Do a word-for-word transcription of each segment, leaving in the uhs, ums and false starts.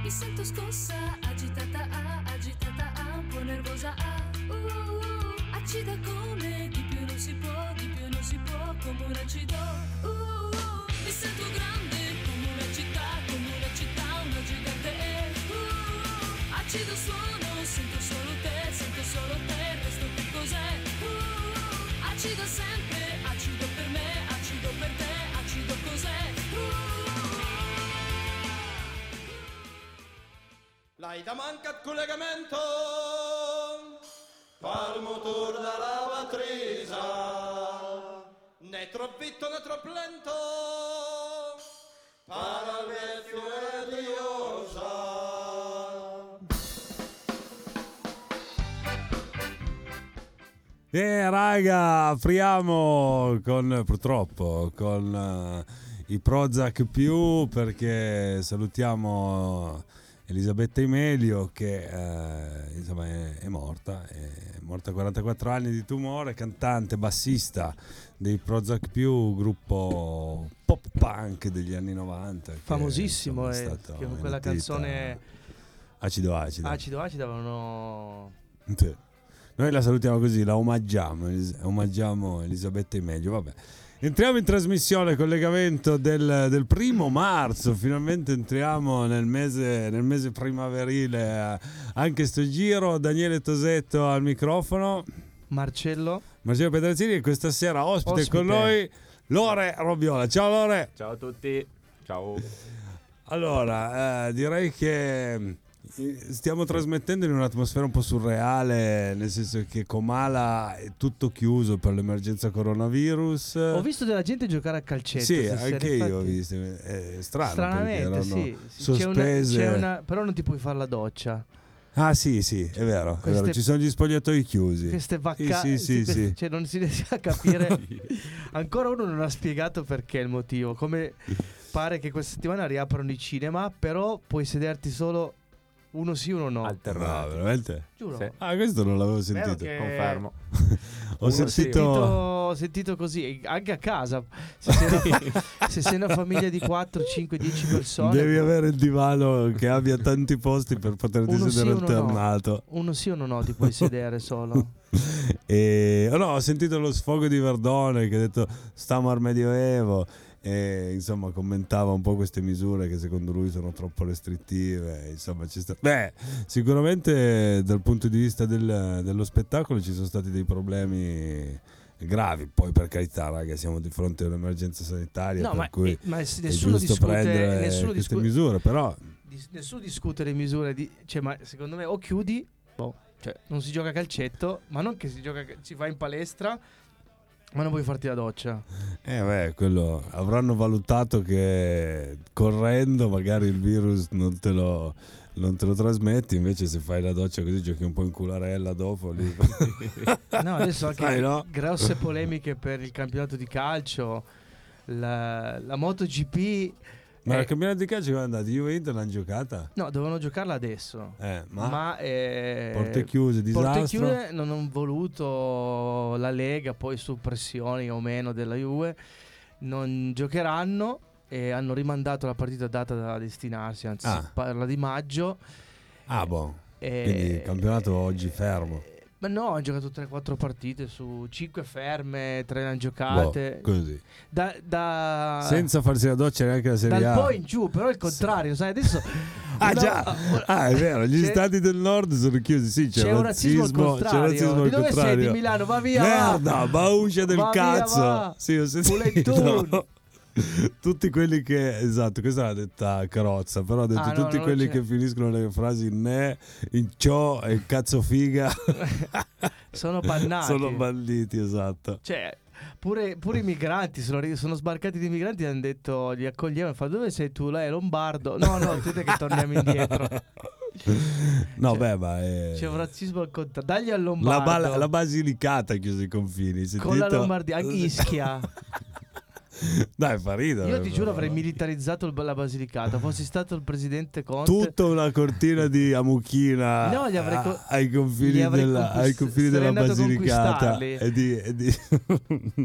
Mi sento scossa, agitata, ah, agitata, ah, un po' nervosa, ah, uh, uh, uh, acida come di più non si può, di più non si può, come un acido, uh, uh, uh, mi sento grande come una città, come una città, una gigante, uh, uh, uh, acido suono, sento solo te, sento solo te, il resto che cos'è, uh, uh, uh, acido sempre, acido per me, acido per te, acido cos'è, uh, uh, uh. L'Aida manca il collegamento per il motore da lavatrice, né troppo vitto né troppo lento per il vecchio e diosa. E raga, apriamo con, purtroppo, con uh, i Prozac più, perché salutiamo Elisabetta Imelio che eh, insomma è, è morta, è morta a quarantaquattro anni di tumore, cantante, bassista dei Prozac più, gruppo pop punk degli anni novanta. Che, famosissimo, insomma, eh, è stato che con quella in tita- canzone Acido Acido. Acido Acido avevano... Sì. Noi la salutiamo così, la omaggiamo, elis- omaggiamo Elisabetta Imelio, vabbè. Entriamo in trasmissione, collegamento del, del primo marzo, finalmente entriamo nel mese, nel mese primaverile, eh, anche sto giro. Daniele Tosetto al microfono, Marcello Marcello Pedrazzini, e questa sera ospite, Ospite. con noi Lore Robiola. Ciao Lore. Ciao a tutti. Ciao. Allora, eh, direi che stiamo trasmettendo in un'atmosfera un po' surreale, nel senso che Comala è tutto chiuso per l'emergenza coronavirus. ho visto della gente giocare a calcetto Sì, stasera, anche io ho infatti. visto. È strano, Stranamente perché erano sì, sì. C'è una, sospese. c'è una, però non ti puoi fare la doccia. Ah sì, sì, è vero, è Queste- vero. Ci sono gli spogliatoi chiusi. Queste vacanze, Sì, sì, sì, sì. cioè non si riesce a capire. Ancora uno non ha spiegato perché il motivo. Come pare che questa settimana riaprono i cinema, però puoi sederti solo uno sì, uno no. No, Alternato. veramente? Giuro. Sì. Ah, questo non l'avevo Vero sentito. che- Confermo. Ho Uno sì, Ho sentito. sentito, ho sentito così, anche a casa. Se sei una, se sei una famiglia di quattro, cinque, dieci persone, Devi avere il divano che abbia tanti posti per poterti Uno sì, sedere uno no. alternato. uno sì o uno no, ti puoi sedere solo. E oh no, ho sentito lo sfogo di Verdone che ha detto stiamo al Medioevo, e insomma commentava un po' queste misure che secondo lui sono troppo restrittive. Insomma, ci sta... Beh, sicuramente dal punto di vista del- dello spettacolo ci sono stati dei problemi gravi. Poi, per carità, raga, siamo di fronte a un'emergenza sanitaria, No, per ma, cui eh, ma è nessuno giusto discute, prendere nessuno, queste discu- misure, però dis- nessuno discute le misure di, cioè, ma secondo me o chiudi, boh, cioè non si gioca a calcetto, ma non che si gioca, si va in palestra, ma non puoi farti la doccia. eh beh, quello avranno valutato che correndo magari il virus non te lo non te lo trasmetti, invece se fai la doccia così giochi un po' in cularella dopo lì. No, adesso anche Sai, no? grosse polemiche per il campionato di calcio, la, la MotoGP. Ma eh, il campionato di calcio è andato, Juve e Inter l'hanno giocata? No, dovevano giocarla adesso. Eh, ma, Ma, eh, porte chiuse, disastro. Porte chiuse, non hanno voluto la Lega, poi su pressioni o meno della Juve, non giocheranno e hanno rimandato la partita data da destinarsi, anzi Ah. si parla di maggio. Ah, boh. E- Quindi il campionato oggi fermo. Ma no, hanno giocato tre quattro partite su cinque ferme, tre le hanno Boh, giocate. così. Da, da, Senza farsi la doccia neanche la Serie dal A. poi in giù, però è il contrario, sai, adesso Ah una- già, ah, è vero, gli c'è- stati del nord sono chiusi, sì, c'è, c'è un razzismo al c'è contrario. razzismo al Di dove sei? contrario. Di Milano, va via, va. Merda, baucia del Va via, cazzo. va. Sì, ho sentito. Pulettun. Tutti quelli che, esatto, questa l'ha detta Carozza, però ha detto Ah, no, tutti non quelli c'è. che finiscono le frasi in ne, in ciò e cazzo figa Sono bannati. sono banditi, esatto. Cioè, pure, pure i migranti sono, ri- sono sbarcati dei migranti e hanno detto, li accogliamo e fa dove sei tu? Lei è lombardo. No, no, dite che torniamo indietro. No, Cioè, beh, ma è... C'è un razzismo al contrario. Dagli al la, lombardo. bala- la Basilicata ha chiuso i confini. con la sentito? Lombardia, anche Ischia. Dai, fa ridere. Io ti giuro però. avrei militarizzato il- la Basilicata. Fossi stato il presidente Conte. Tutta una cortina di Amuchina No, gli avrei a- co- ai confini, li avrei della, conquist- ai confini sarei della andato a Basilicata conquistarli. e di, e di...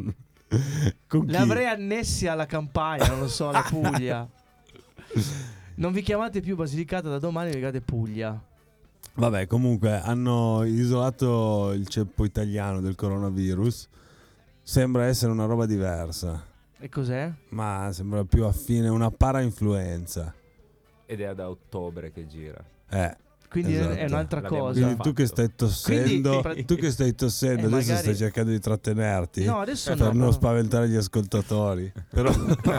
Con Li chi? avrei annessi alla campagna, non lo so, alla Puglia. Non vi chiamate più Basilicata da domani, vi chiamate Puglia. Vabbè, comunque hanno isolato il ceppo italiano del coronavirus. Sembra essere una roba diversa. E cos'è? Ma sembra più affine, una para-influenza. Ed è da ottobre che gira. Eh. Quindi Esatto. è un'altra L'abbiamo cosa. Quindi tu che stai tossendo, Quindi- tu che stai tossendo, Eh, adesso magari- stai cercando di trattenerti No, adesso per no, non no. spaventare gli ascoltatori. Però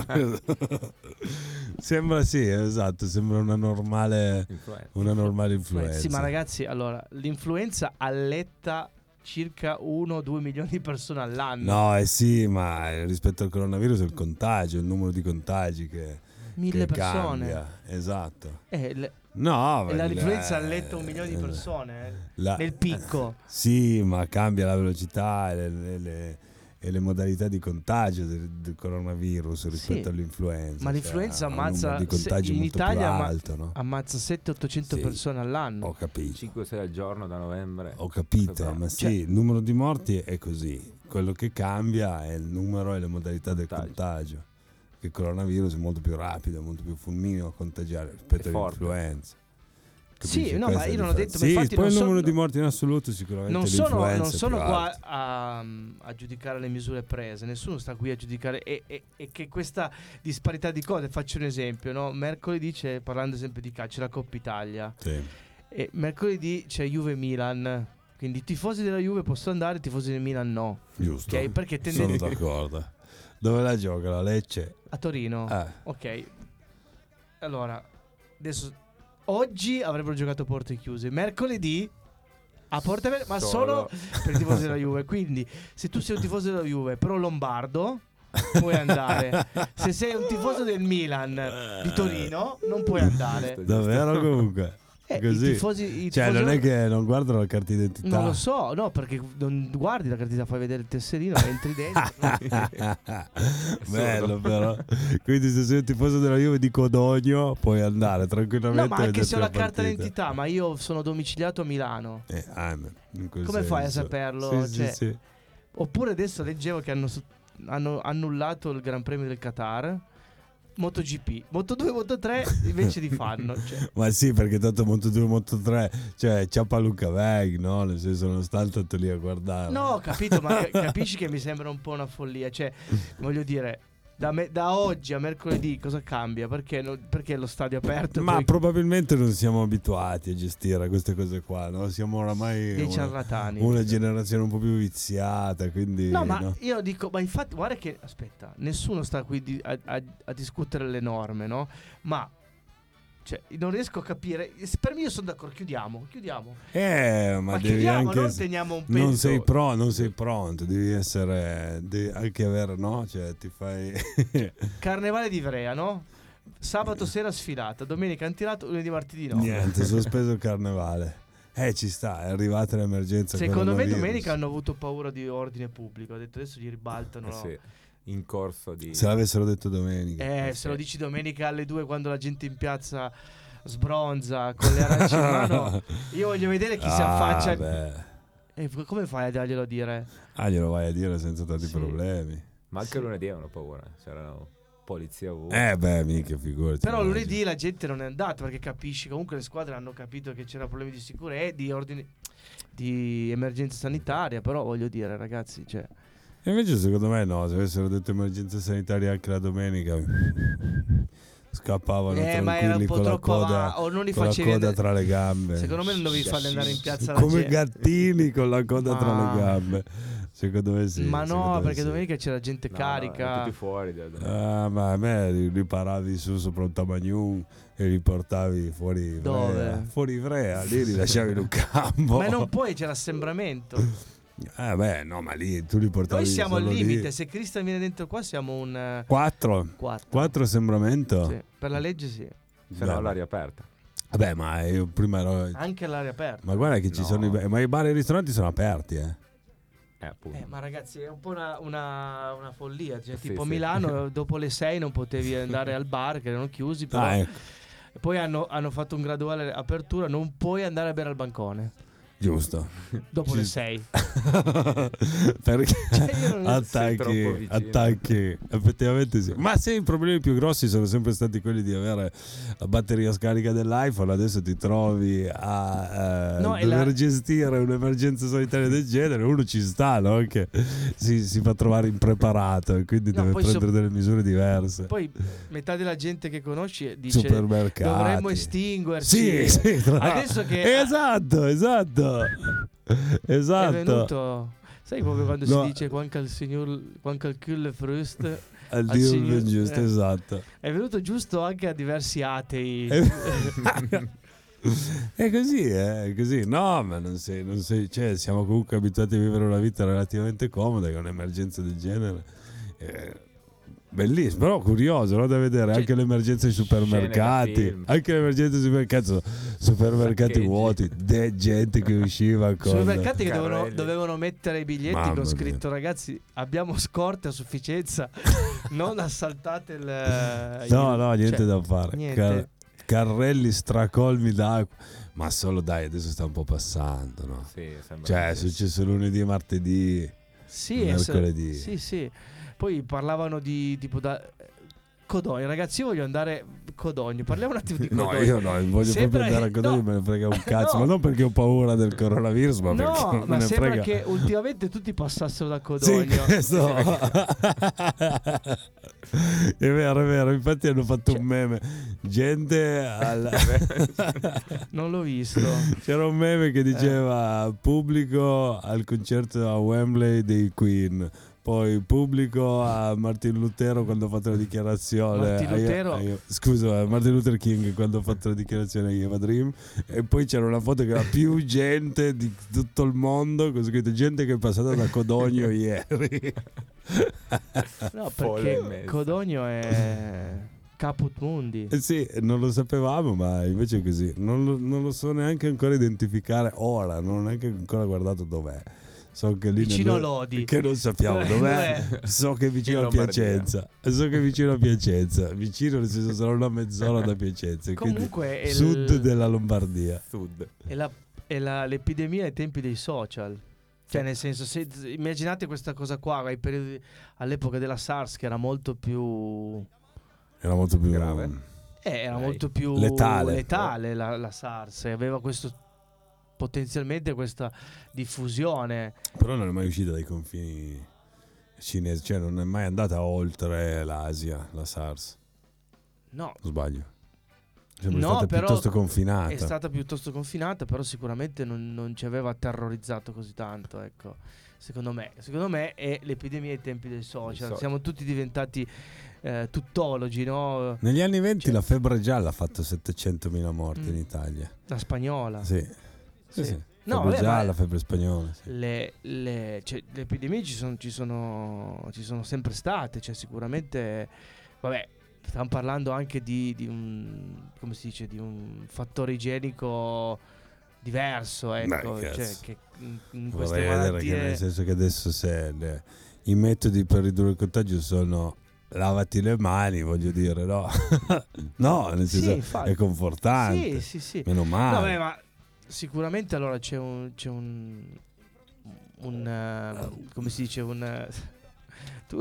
sembra sì, esatto, sembra una normale Influenza. una normale Beh, influenza. sì, ma ragazzi, allora, l'influenza alletta circa uno due milioni di persone all'anno. No, eh sì, ma rispetto al coronavirus è il contagio, il numero di contagi che, Mille che persone. cambia. Esatto. Eh, le- No, e la perché- l'influenza alletta un milione di eh, persone eh, la- nel picco. Sì, ma cambia la velocità e le, le- le- e le modalità di contagio del, del coronavirus rispetto Sì, all'influenza. ma l'influenza ha un ammazza numero di se- contagi in molto Italia più amma- alto, no? Ammazza settecento ottocento Sì. persone all'anno. Ho capito. cinque sei al giorno da novembre. Ho capito, Febbraio. ma sì, Cioè- il numero di morti è così. Quello che cambia è il numero e le modalità del Contagio. contagio. Che il coronavirus è molto più rapido, molto più fulmineo a contagiare rispetto È forte. all'influenza. Sì, Capisci? no, Questa ma è io la non ho differenza. detto, ma Sì, infatti poi non il numero sono- di morti in assoluto sicuramente Non sono, l'influenza non è sono più qua alto. a, a giudicare le misure prese, nessuno sta qui a giudicare e, e- e che questa disparità di cose, faccio un esempio, no? Mercoledì c'è, parlando sempre di calcio, la Coppa Italia Sì. e mercoledì c'è Juve-Milan, quindi i tifosi della Juve possono andare, i tifosi del Milan no, Giusto. ok? Perché Sono tendete d'accordo. Dove la gioca la Lecce? a Torino, Eh. ok? Allora, adesso oggi avrebbero giocato a porte chiuse, mercoledì a porte aperte, ma solo, Solo. per i tifosi della Juve. Quindi, se tu sei un tifoso della Juve, però lombardo, puoi andare. Se sei un tifoso del Milan di Torino, non puoi andare. Davvero comunque? Eh, Così. I tifosi, i Cioè tifosi- non è che non guardano la carta d'identità. non lo so, no, perché non guardi la cartita, fai vedere il tesserino, entri dentro. Bello però. Quindi se sei un tifoso della Juve di Codogno puoi andare tranquillamente. No, ma a anche se ho la vederti carta partita. d'identità, ma io sono domiciliato a Milano. Eh, ah, in quel Come fai a senso. saperlo? Sì, Cioè, sì, sì. Oppure adesso leggevo che hanno, hanno annullato il Gran Premio del Qatar. MotoGP, Moto due, Moto tre invece li fanno. Cioè. Ma sì, perché tanto Moto due, Moto tre, cioè Ciappa Luca Veg, no? Nel senso non sta tanto lì a guardare. No, ho capito, ma ca- capisci che mi sembra un po' una follia. Cioè, voglio dire, da, me- da oggi a mercoledì cosa cambia? Perché, non- perché lo stadio è aperto? Ma poi probabilmente non siamo abituati a gestire queste cose qua, no? Siamo oramai dei una, ciarlatani. una generazione un po' più viziata, quindi No, ma no? io dico, ma infatti, guarda che, aspetta, nessuno sta qui di- a, a- a discutere le norme, no? Ma, cioè, non riesco a capire. Per me io sono d'accordo, chiudiamo, chiudiamo. Eh, ma, Ma, devi chiudiamo, anche non teniamo un pezzo. non sei pro, non sei pronto, devi essere devi anche avere, no? Cioè ti fai Carnevale di Ivrea, no? Sabato sera sfilata, domenica antirato, lunedì martedì no. niente, sospeso il carnevale. Eh, ci sta, è arrivata l'emergenza. Secondo me coronavirus. domenica hanno avuto paura di ordine pubblico. Ha detto adesso gli ribaltano. Eh no? sì, in corso di... Se l'avessero detto domenica. Eh, Eh, se lo sì. dici domenica alle due quando la gente in piazza sbronza con le arance in mano, io voglio vedere chi si Ah, affaccia. beh. E f- come fai a darglielo a dire? Ah, glielo vai a dire senza tanti Sì. problemi. Ma anche lunedì avevano paura, c'erano polizia ovunque. Eh, beh, mica, figurati. Però immagino. lunedì la gente non è andata perché capisci, comunque le squadre hanno capito che c'era problemi di sicurezza e di ordine di emergenza sanitaria, però voglio dire ragazzi, cioè E invece secondo me no, se avessero detto emergenza sanitaria anche la domenica scappavano Eh, ma era un tranquilli po' con la troppo coda, ava- o non li con la facevi coda andare- tra le gambe. secondo me non dovevi farli andare in piazza la Come gente. gattini con la coda Ma- tra le gambe. Secondo me sì. Ma secondo no, me perché sì. domenica c'era gente No, carica. no, erano tutti fuori. da- da- Ah, ma a me li, li paravi su sopra un tamagnum e li portavi fuori Ivrea. Dove? Fuori Ivrea, lì li lasciavi in un campo. Ma non puoi, c'è l'assembramento. Eh beh, no, ma lì tu li portavi Noi siamo al solo lì. limite. Se Cristian viene dentro qua, siamo un eh, Quattro. quattro. Quattro assembramento? Sì, per la legge, sì. Se no Beh. all'aria aperta. Vabbè, ma io prima ero... Anche all'aria aperta. Ma guarda che ci No. sono i... ba- Ma i bar e i ristoranti sono aperti, eh. Eh, appunto. Eh, ma ragazzi, è un po' una, una, una follia. Cioè, Sì, tipo a sì. Milano, dopo le sei non potevi andare al bar, che erano chiusi. Però Ah, ecco. poi hanno, hanno fatto un graduale apertura. Non puoi andare a bere al bancone. Giusto. Dopo Ci- le sei. Perché Cioè, io non- Sei attacchi, troppo vicino. attacchi, effettivamente sì. Ma se i problemi più grossi sono sempre stati quelli di avere la batteria scarica dell'iPhone, adesso ti trovi a eh, No, e dover la- gestire un'emergenza sanitaria del genere, uno ci sta, no? Che si, si fa trovare impreparato e quindi No, deve poi prendere so- delle misure diverse. Poi metà della gente che conosci dice Supermercati. dovremmo estinguerci. Sì, sì, tra- Adesso che esatto, esatto. è Esatto. venuto, sai proprio quando No. si dice quando il signor quando il culo frust, Al al Dio signor- giusto, eh. esatto. è venuto giusto anche a diversi atei. È così, eh, è così. No, ma non sei, non sei, cioè, siamo comunque abituati a vivere una vita relativamente comoda con un'emergenza del genere. Eh, bellissimo, però curioso, no, da vedere Cioè, anche l'emergenza ai scene da supermercati, film. anche l'emergenza ai supermercati, supermercati Saccheggi. vuoti, de gente che usciva con Supermercati che dovevano, Carrelli. dovevano mettere i biglietti Mamma con mia. scritto ragazzi abbiamo scorte a sufficienza, non assaltate il No, il- no, niente cioè, da fare. niente. Car- carrelli stracolmi d'acqua. Ma solo dai, adesso sta un po' passando, no? Sì, sembra Cioè, è che- successo lunedì e martedì. Sì, è se- mercoledì. sì, sì. Poi parlavano di tipo da Codogno, ragazzi, io voglio andare Codogno. Parliamo un attimo di No, Codogno. io no, voglio Sembra proprio andare a che- Codogno, no. me ne frega un cazzo, No. ma non perché ho paura del coronavirus, ma perché No, non ma me ne sembra frega. che ultimamente tutti passassero da Sì, Codogno. questo. È vero, è vero, infatti hanno fatto Cioè- un meme. Gente al- Non l'ho visto. C'era un meme che diceva pubblico al concerto a Wembley dei Queen. Poi pubblico a Martin Lutero quando ha fatto la dichiarazione. Martin a- Lutero? a- scusa, a Martin Luther King quando ha fatto la dichiarazione a Eva Dream. E poi c'era una foto che era più gente di tutto il mondo, con scritto gente che è passata da Codogno ieri. No, Folle e perché mezza. Codogno è Caput Mundi. Eh sì, non lo sapevamo, ma invece è così. Non lo, non lo so neanche ancora identificare ora, non ho neanche ancora guardato dov'è. So che lì Vicino nel- a Lodi. che non sappiamo Dov'è? dov'è. So che è vicino In a Lombardia. Piacenza. So che è vicino a Piacenza. Vicino nel senso sarà una mezz'ora da Piacenza. Quindi Comunque è il- sud della Lombardia. Sud. È, la- è la- l'epidemia ai tempi dei social. Cioè, nel senso, se, immaginate questa cosa qua ai periodi, all'epoca della SARS, che era molto più. Era molto più Grave. Eh, era Dai. molto più Letale. letale la, la SARS. E aveva questo. Potenzialmente questa diffusione. Però non è mai uscita dai confini cinesi, cioè non è mai andata oltre l'Asia, la SARS. No, O sbaglio? Sembra No, stata però piuttosto confinata. è stata piuttosto confinata, però sicuramente non, non ci aveva terrorizzato così tanto, ecco. Secondo me, secondo me è l'epidemia ai tempi dei social. social. Siamo tutti diventati eh, tuttologi, no? Negli anni venti Cioè- la febbre gialla ha fatto settecentomila morti Mm. in Italia. La spagnola. Sì, sì, Sì. sì. No, Febbre vabbè, ma- gialla, febbre spagnola. Sì. Le, le, cioè, le epidemie ci sono, ci, sono, ci sono sempre state, cioè sicuramente, vabbè, stiamo parlando anche di, di un, come si dice, di un fattore igienico diverso, ecco, Beh, cioè cazzo. che in, in queste Vorrei vedere che malattie. nel senso che adesso se le- i metodi per ridurre il contagio sono lavati le mani, voglio dire, no? No, nel Sì, senso infatti. è confortante. Sì, sì, sì. Meno male. No, beh, ma sicuramente allora c'è un, c'è un, un eh, come si dice, un eh, tu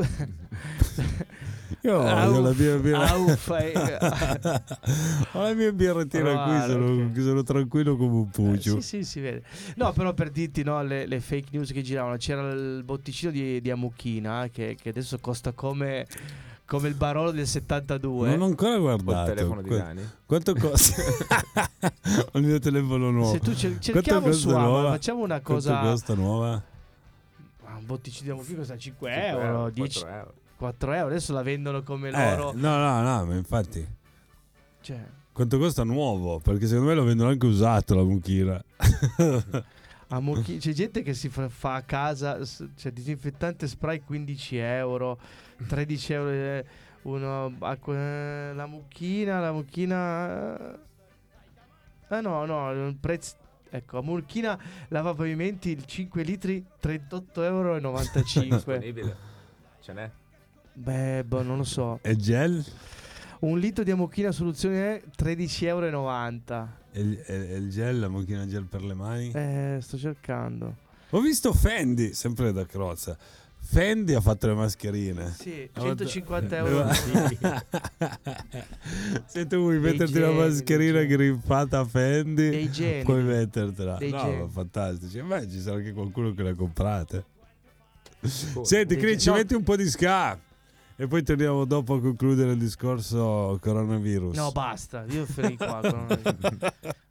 Io Ah, ho la uff, mia birra. ah, uff, eh. Ho la mia birrettina Ah, qui, sono, ok. sono tranquillo come un Eh, puccio. sì, sì, si vede. No, però per dirti, no, le, le fake news che giravano, c'era il botticino di, di Amuchina che, che adesso costa come, come il Barolo del settantadue. Non ho ancora Col guardato. telefono di Qu- Dani. Quanto costa? Ho il mio telefono nuovo. Se tu cer- Quanto cerchiamo costa su Amazon, nuova? facciamo una Quanto cosa. costa nuova? Ah, un botticino di Amuchina costa cinque cinque euro, dieci, quattro euro. quattro euro. Adesso la vendono come Eh, loro. no, no, no, ma infatti. Cioè, Quanto costa nuovo? Perché secondo me lo vendono anche usato la mucchina. Amuchi- c'è gente che si fa, fa a casa, s- cioè disinfettante spray quindici euro, tredici euro. eh, Uno, acqua- eh, la mucchina, la mucchina. Ah no, no, il prezzo. Ecco, a mucchina lavapavimenti il cinque litri trentotto euro e novantacinque. Disponibile. Ce n'è. Beh, boh, non lo so. E gel? Un litro di Amochina soluzione è tredici e novanta E il, e- e il gel, la macchina gel per le mani? euro. Eh, sto cercando. Ho visto Fendi, sempre da Crozza. Fendi ha fatto le mascherine. Sì, Ha centocinquanta fatto- euro. Se tu vuoi metterti una igienici. mascherina grippata Fendi, E igienici. puoi mettertela. Dei No, igienici. ma fantastici. Beh, ci sarà anche qualcuno che le ha comprate. Oh, Senti, Dei Cri, ge- ci no. metti un po' di ska e poi torniamo dopo a concludere il discorso coronavirus. No, basta, io fermi qua. con-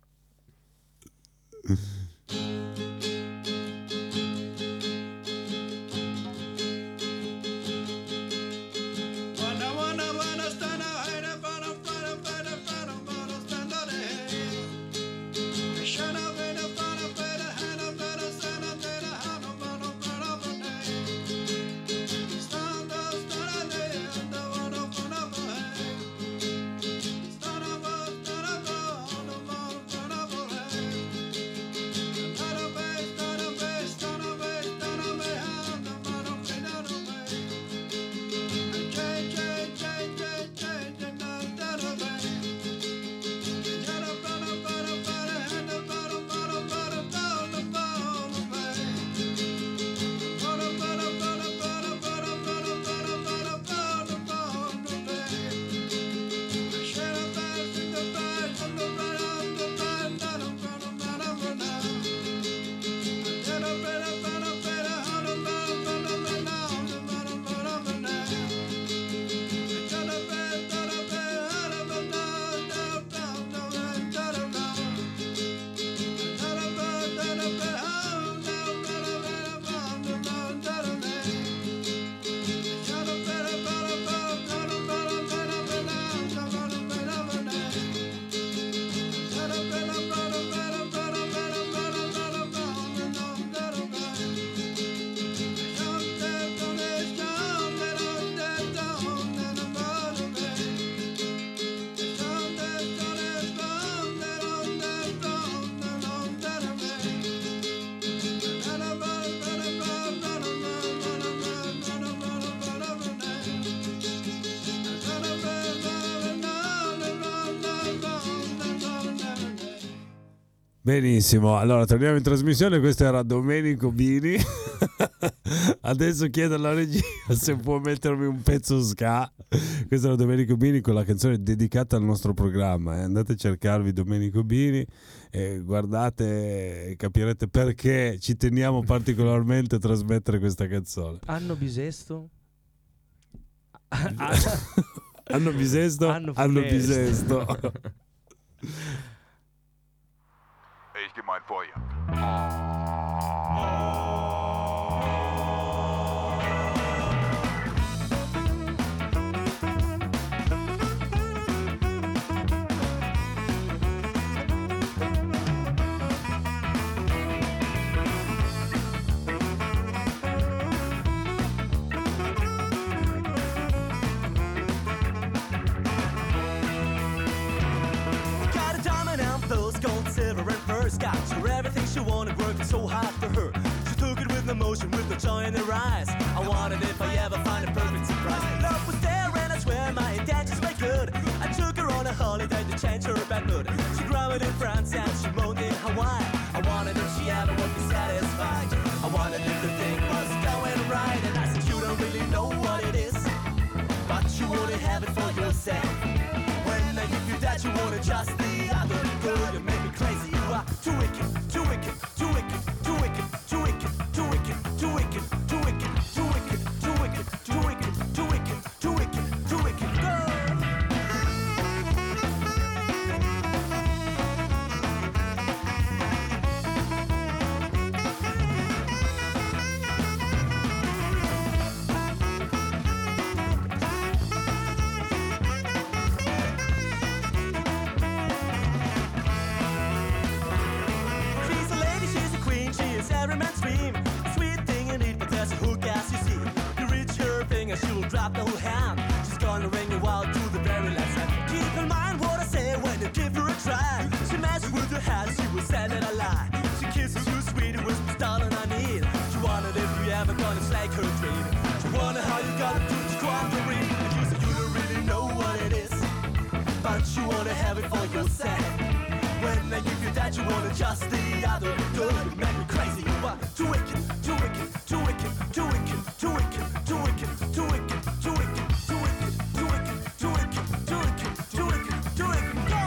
Benissimo, allora torniamo in trasmissione. Questo era Domenico Bini. Adesso chiedo alla regia se può mettermi un pezzo ska. Questo era Domenico Bini con la canzone dedicata al nostro programma, eh. Andate a cercarvi Domenico Bini e guardate e capirete perché ci teniamo particolarmente a trasmettere questa canzone. Anno bisesto? Hanno bisesto? Hanno Hanno funesto. bisesto. Ich geh mal vor ihr. Got a diamond and pearls, gold, silver and furs. Got her everything she wanted, working so hard for her. She took it with no motion, with no joy in her eyes. I wanted if I ever find a perfect surprise. Love was there and I swear my intentions were good. I took her on a holiday to change her bad mood. She grumbled in France and she moaned in Hawaii. I wanted if she ever would be satisfied. I wanted if the thing was going right. And I said you don't really know what it is, but you wanna have it for yourself. When I give you that, you wanna just the other girl. You make me crazy. You are too wicked, too wicked, too wicked, too wicked, too wicked, too wicked, too wicked, too wicked, too wicked, too wicked, too wicked, too wicked, too wicked, too wicked, girl. you wanna have it for yourself. When they give you that, you wanna just the other. Girl, you make me crazy. You are too wicked, too wicked, too wicked, too wicked, too wicked, too wicked, too wicked, too wicked, too wicked, too wicked, too wicked, too wicked, too wicked, too wicked. Go!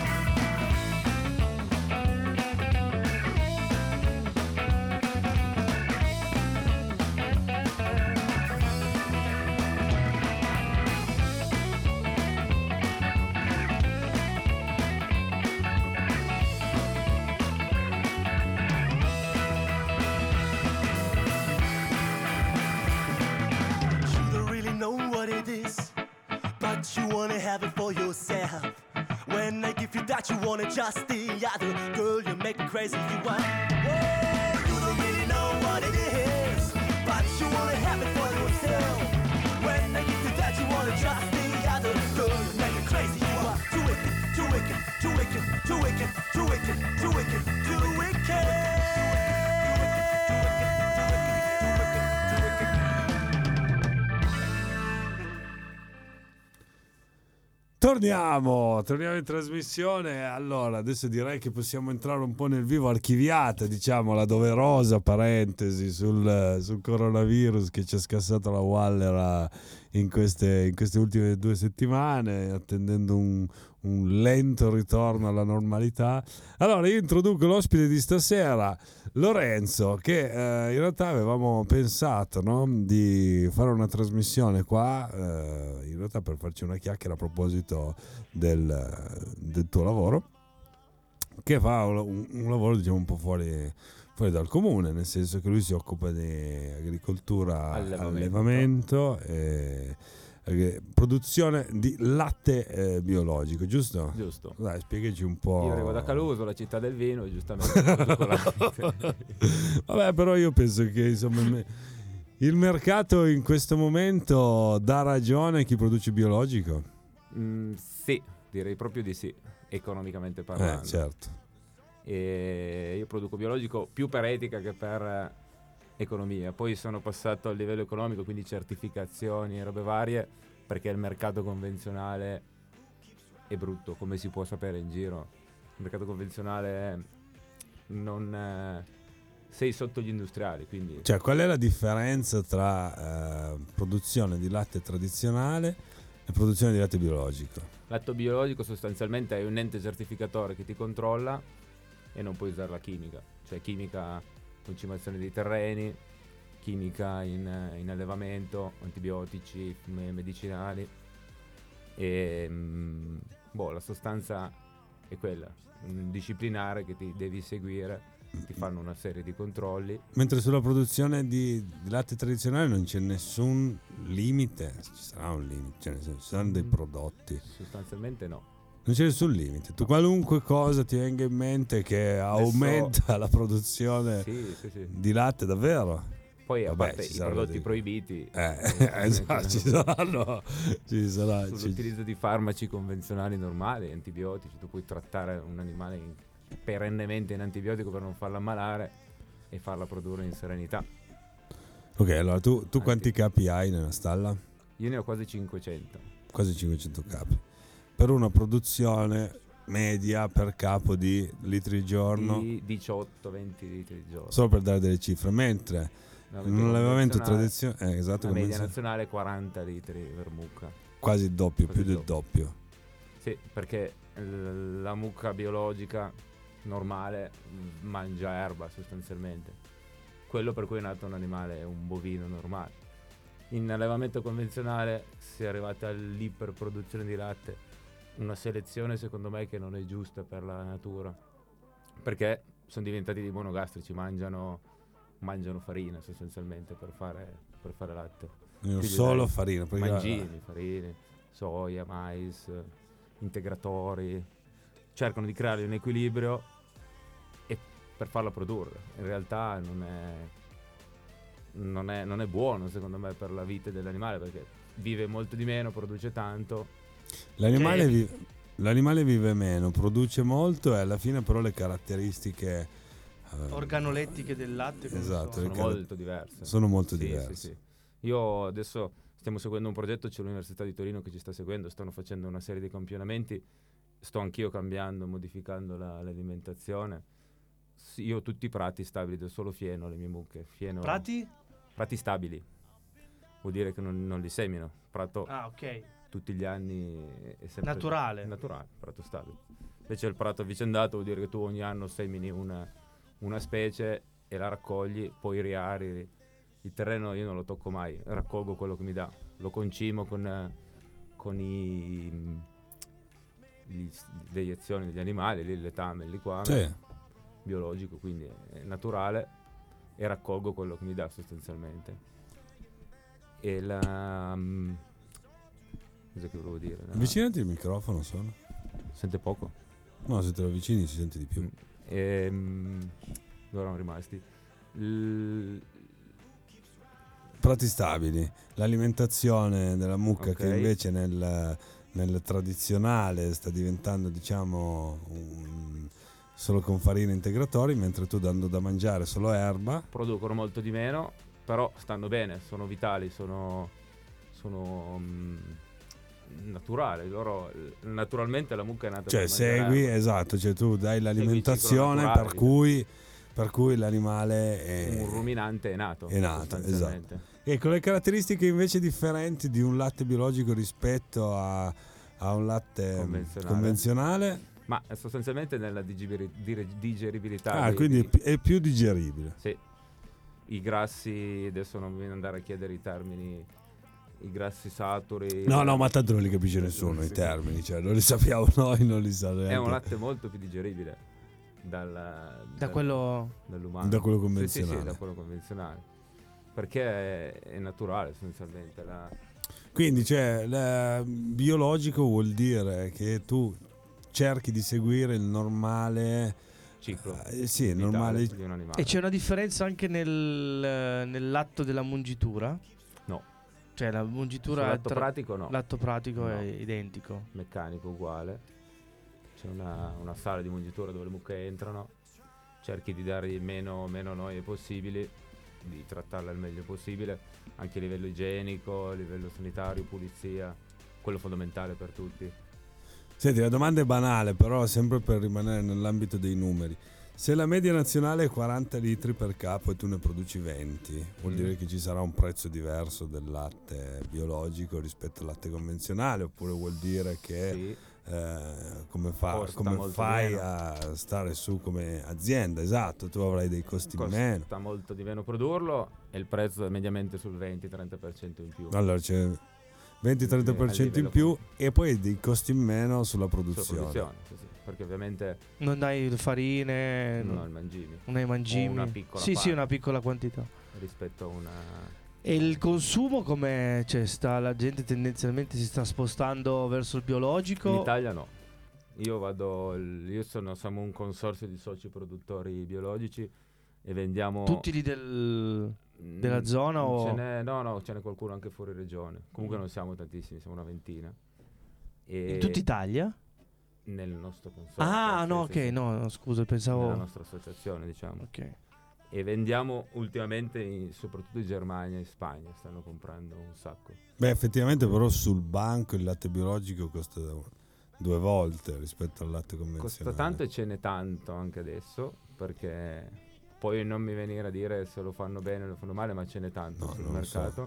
You wanna have it for yourself. When they give you that, you wanna just the other. Girl, you make me crazy. You want, whoa, you don't really know what it is, but you wanna have it for yourself. When they give you that, you wanna just the other. Girl, you make me crazy. You are too wicked, too wicked, too wicked, too wicked, too wicked, too wicked, too wicked. Torniamo, torniamo in trasmissione. Allora, adesso direi che possiamo entrare un po' nel vivo, archiviata, diciamo, la doverosa parentesi sul, sul coronavirus che ci ha scassato la Waller in queste, in queste ultime due settimane, attendendo un, un lento ritorno alla normalità. Allora, io introduco l'ospite di stasera, Lorenzo, che eh, in realtà avevamo pensato, no, di fare una trasmissione qua, eh, in realtà per farci una chiacchiera a proposito del, del tuo lavoro, che fa un, un lavoro, diciamo, un po' fuori, fuori dal comune, nel senso che lui si occupa di agricoltura, allevamento, allevamento e eh, produzione di latte eh, biologico, giusto? Giusto. Dai, spiegaci un po'. Io arrivo da Caluso, la città del vino, e giustamente produco latte. Vabbè, però io penso che insomma il mercato in questo momento dà ragione a chi produce biologico. Mm, sì, direi proprio di sì, economicamente parlando. Eh, certo. E io produco biologico più per etica che per economia. Poi sono passato al livello economico, quindi certificazioni e robe varie, perché il mercato convenzionale è brutto, come si può sapere in giro. Il mercato convenzionale non eh, sei sotto gli industriali, quindi Cioè, qual è la differenza tra eh, produzione di latte tradizionale e produzione di latte biologico? L'atto biologico sostanzialmente è un ente certificatore che ti controlla e non puoi usare la chimica, cioè chimica, concimazione dei terreni, chimica in, in allevamento, antibiotici, me- medicinali e mh, boh, la sostanza è quella, un disciplinare che ti devi seguire, ti fanno una serie di controlli. Mentre sulla produzione di, di latte tradizionale non c'è nessun limite, ci sarà un limite, cioè nel senso, ci saranno dei prodotti. Sostanzialmente no. Non c'è nessun limite, tu qualunque cosa ti venga in mente che aumenta la produzione Sì, sì, sì. di latte, davvero? Poi a Vabbè, parte ci i saranno prodotti dei- proibiti, Eh, esatto, ci saranno, ci sarà, ci- sull'utilizzo di farmaci convenzionali normali, antibiotici, tu puoi trattare un animale in- perennemente in antibiotico per non farla ammalare e farla produrre in serenità. Ok, allora tu, tu Anche- quanti capi hai nella stalla? Io ne ho quasi cinquecento. Quasi cinquecento capi. Per una produzione media per capo di litri al giorno, Di diciotto venti litri al giorno. solo per dare delle cifre, mentre in un allevamento convenzionale, tradizionale, eh, esatto, la media convenzionale, nazionale è quaranta litri per mucca. quasi il doppio, Quasi più il del doppio. Sì, perché l- la mucca biologica normale mh, mangia erba sostanzialmente. Quello per cui è nato un animale è un bovino normale. In allevamento convenzionale si è arrivati all'iperproduzione di latte, una selezione secondo me che non è giusta per la natura, perché sono diventati dei monogastrici, mangiano, mangiano farina sostanzialmente per fare, per fare latte. Quindi Quindi solo dai, farina, perché Mangimi, farine, soia, mais, integratori, cercano di creare un equilibrio e per farla produrre. In realtà non è, non è, non è buono secondo me per la vita dell'animale, perché vive molto di meno, produce tanto. l'animale, Cioè, vi- l'animale vive meno, produce molto e alla fine però le caratteristiche eh, Organolettiche del latte. come Esatto, sono? sono car- molto diverse. sono molto Sì, diverse. sì, sì. Io adesso stiamo seguendo un progetto, c'è l'Università di Torino che ci sta seguendo, stanno facendo una serie di campionamenti sto anch'io cambiando, modificando la, l'alimentazione. Sì, io ho tutti i prati stabili, do solo fieno alle mie mucche. Fieno, Prati? prati stabili. Vuol dire che non, non li semino. Prato Ah, ok. tutti gli anni è sempre Naturale. naturale, prato stabile. Invece il prato avvicendato vuol dire che tu ogni anno semini una, una specie e la raccogli, poi riari. Il terreno io non lo tocco mai, raccolgo quello che mi dà. Lo concimo con, con i, gli, le iniezioni degli animali, lì il letame, il liquame, Sì. biologico, quindi è naturale, e raccolgo quello che mi dà sostanzialmente. E la... Um, cosa che volevo dire? La, Avvicinati il microfono solo. sente poco? No, se te lo avvicini si sente di più. E, um, dove erano rimasti? L- Prati stabili, l'alimentazione della mucca Ok. che invece nel, nel tradizionale sta diventando, diciamo, un- solo con farine integratori, mentre tu, dando da mangiare solo erba. producono molto di meno, però stanno bene, sono vitali, sono, sono mm, naturali. Loro, naturalmente la mucca è nata Cioè per mangiare segui, erba. esatto, cioè tu dai il ciclo l'alimentazione naturale, per diciamo. cui, per cui l'animale è, Un ruminante è nato. è nato, sostanzialmente. E con le caratteristiche invece differenti di un latte biologico rispetto a, a un latte Convenzionale. convenzionale. Ma eh, sostanzialmente nella digibili- dire- digeribilità. Ah, dei- quindi è dei- pi- è più digeribile. Sì. I grassi, adesso non mi andare a chiedere i termini, i grassi saturi. No, eh, no, ma tanto non li capisce nessuno i sì. termini, cioè non li sappiamo noi, non li sa È neanche un latte molto più digeribile dal, Da dal- quello... dall'umano. da quello Sì, sì, convenzionale. sì, da quello convenzionale. Perché è, è naturale essenzialmente. La... Quindi, cioè, la- biologico vuol dire che tu cerchi di seguire il normale ciclo eh, sì, il vitale normale. di un animale. E c'è una differenza anche nel, nell'atto della mungitura? No. Cioè la Sul mungitura è lato tra- pratico no, l'atto pratico No. è identico. meccanico uguale. C'è una, una sala di mungitura dove le mucche entrano, cerchi di dargli meno, meno noie possibili, di trattarla il meglio possibile, anche a livello igienico, a livello sanitario, pulizia, quello fondamentale per tutti. Senti, la domanda è banale, però sempre per rimanere nell'ambito dei numeri. Se la media nazionale è quaranta litri per capo e tu ne produci venti, vuol Mm. dire che ci sarà un prezzo diverso del latte biologico rispetto al latte convenzionale, oppure vuol dire che Sì, eh, come, fa- Costa come molto fai meno. a stare su come azienda? Esatto, tu avrai dei costi costa meno. molto di meno produrlo e il prezzo è mediamente sul venti trenta per cento in più. Allora c'è venti trenta per cento in A più livello e poi dei costi in meno sulla Sulla produzione. produzione, sì, sì, perché ovviamente Non hai farine, non non, ho il mangimi non hai mangimi. una piccola sì, sì, parte. una piccola quantità. rispetto a una... E il consumo come, cioè, sta, la gente tendenzialmente si sta spostando verso il biologico? In Italia no. Io vado, il- io sono, siamo un consorzio di soci produttori biologici e vendiamo... Tutti lì del, Mm, della zona o- Ce n'è, no, no, ce n'è qualcuno anche fuori regione. Comunque Mm. non siamo tantissimi, siamo una ventina. E in tutta Italia? nel nostro consorzio. Ah, sì, no, sì, ok, sì. no, no, scusa, Nella pensavo... nostra associazione, diciamo. Ok. E vendiamo ultimamente in- soprattutto in Germania e in Spagna, stanno comprando un sacco. Beh, effettivamente però sul banco il latte biologico costa due volte rispetto al latte convenzionale. Costa tanto e ce n'è tanto anche adesso, perché poi non mi venire a dire se lo fanno bene o lo fanno male, ma ce n'è tanto No, sul non lo so. mercato.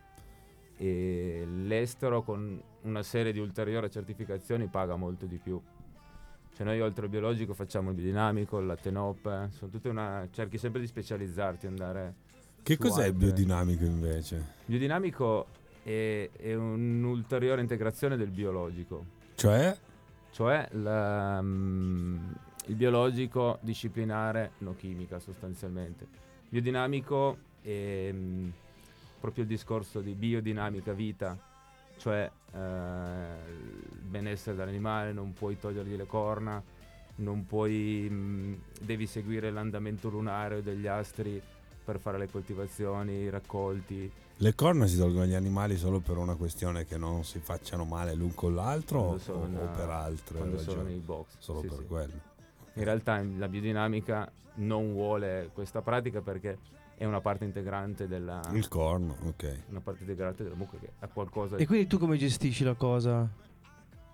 E l'estero con una serie di ulteriori certificazioni paga molto di più. Cioè noi oltre al biologico facciamo il biodinamico, il latte nope, sono tutte una... cerchi sempre di specializzarti, andare... Che su cos'è il altre- biodinamico invece? Il biodinamico è, è un'ulteriore integrazione del biologico. Cioè? Cioè la, mm, il biologico disciplinare no chimica sostanzialmente. Biodinamico è mm, proprio il discorso di biodinamica vita, cioè eh, il benessere dell'animale, non puoi togliergli le corna, non puoi, mm, devi seguire l'andamento lunare degli astri per fare le coltivazioni, i raccolti. Le corna si tolgono agli animali solo per una questione che non si facciano male l'un con l'altro o, Quando sono- o per altre quando sono ragioni? nei box. Solo Sì, per sì. quello. In realtà la biodinamica non vuole questa pratica perché è una parte integrante della Il corno, ok. una parte integrante della mucca che ha qualcosa E di quindi tu come gestisci la cosa?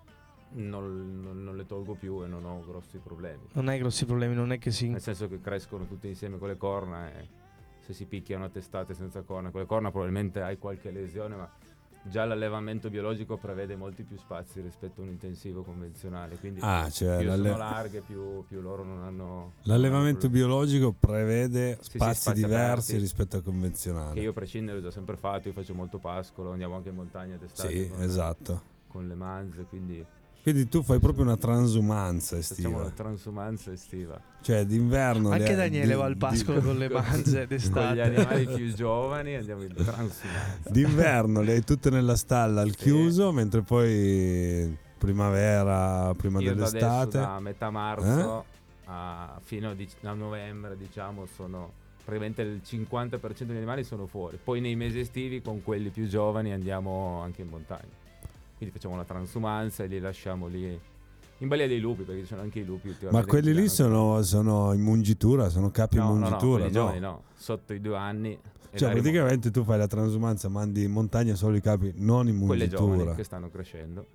non, non, non le tolgo più e non ho grossi problemi. Non hai grossi problemi, non è che si... Nel senso che crescono tutti insieme con le corna e se si picchiano a testate senza corna, con le corna probabilmente hai qualche lesione, ma già l'allevamento biologico prevede molti più spazi rispetto a un intensivo convenzionale, quindi Ah, cioè più l'alle- sono larghe più, più loro non hanno... l'allevamento non hanno biologico prevede Sì, sì, spazi spazi diversi aperti. rispetto al convenzionale. che io a prescindere ho già sempre fatto, io faccio molto pascolo, andiamo anche in montagna d'estate Sì, con, esatto. con le manze, quindi Quindi tu fai proprio una transumanza facciamo estiva. la transumanza estiva. Cioè d'inverno Anche le- Daniele di- va al pascolo di- con le manze Con d'estate. gli animali più giovani andiamo in transumanza. D'inverno le hai tutte nella stalla al Sì. chiuso, mentre poi primavera, prima Io da adesso dell'estate. da metà marzo a fino a, dic- a novembre, diciamo, sono praticamente il cinquanta per cento degli animali sono fuori. Poi nei mesi estivi con quelli più giovani andiamo anche in montagna. Quindi facciamo la transumanza e li lasciamo lì in balia dei lupi, perché ci sono anche i lupi Ma ultimamente quelli che lì danno- sono, sono in mungitura, sono capi no, in no, no, mungitura, quelli no? giovani no, sotto i due anni. e Cioè la rimo- praticamente tu fai la transumanza, mandi in montagna solo i capi, non in quelle giovani mungitura. che stanno crescendo.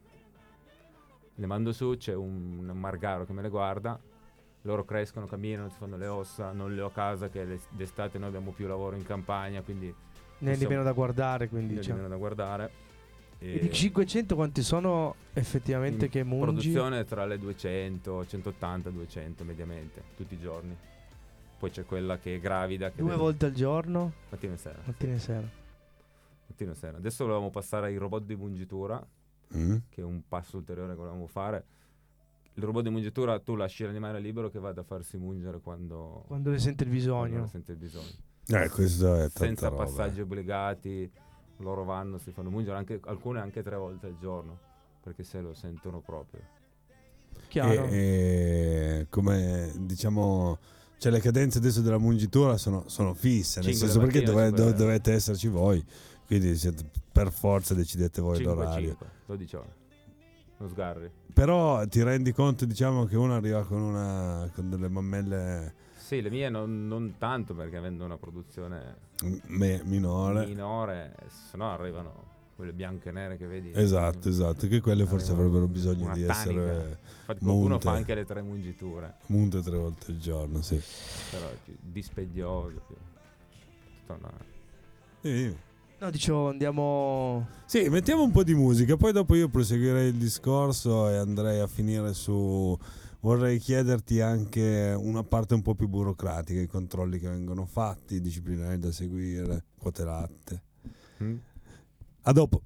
Le mando su, c'è un, un margaro che me le guarda. Loro crescono, camminano, si fanno le ossa, non le ho a casa che le- d'estate noi abbiamo più lavoro in campagna, quindi Ne è di possiamo- meno da guardare, quindi ne ho di diciamo. meno da guardare. E di cinquecento quanti sono effettivamente in che mungi? produzione tra le duecento, centottanta, duecento mediamente, tutti i giorni. Poi c'è quella che è gravida che Due deve- volte al giorno, mattina e sera. mattina e sera. Mattina e sera. Adesso volevamo passare ai robot di mungitura, Mm? che è un passo ulteriore che volevamo fare. Il robot di mungitura tu lasci l'animale libero che vada a farsi mungere quando, Quando ne sente il quando bisogno. ne sente il bisogno. Eh, questo è tanta Senza roba. passaggi obbligati, loro vanno, si fanno mungere, anche, alcune anche tre volte al giorno, perché se lo sentono proprio. Chiaro. E, e come diciamo, cioè le cadenze adesso della mungitura sono, sono fisse, nel Cinque senso la perché mattina, dove- cinque la dove- sera. dovete esserci voi, quindi siete- per forza decidete voi cinque, l'orario. cinque, dodici ore. Non sgarri. Però ti rendi conto, diciamo, che uno arriva con una con delle mammelle Sì, le mie non, non tanto, perché avendo una produzione me- minore. minore, se no arrivano quelle bianche e nere che vedi. Esatto, esatto, che quelle forse Arrivano avrebbero bisogno una di tanica. essere Infatti qualcuno munte. fa anche le tre mungiture, munte tre volte al giorno, sì. però è più dispendioso. Più. Tutta una... Sì. No, dicevo, andiamo... Sì, mettiamo un po' di musica, poi dopo io proseguirei il discorso e andrei a finire su... Vorrei chiederti anche una parte un po' più burocratica, i controlli che vengono fatti, i disciplinari da seguire, quote latte. Mm? A dopo.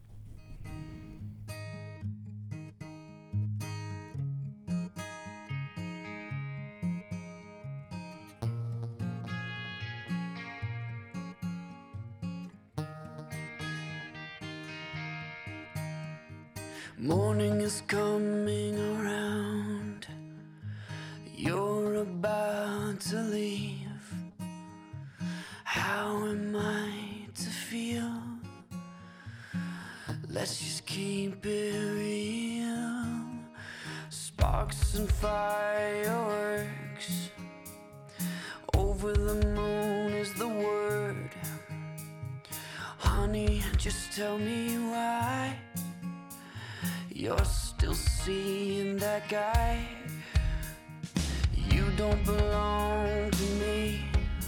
Morning is coming around. You're about to leave. How am I to feel? Let's just keep it real. Sparks and fireworks. Over the moon is the word. Honey, just tell me why you're still seeing that guy. You don't belong to me.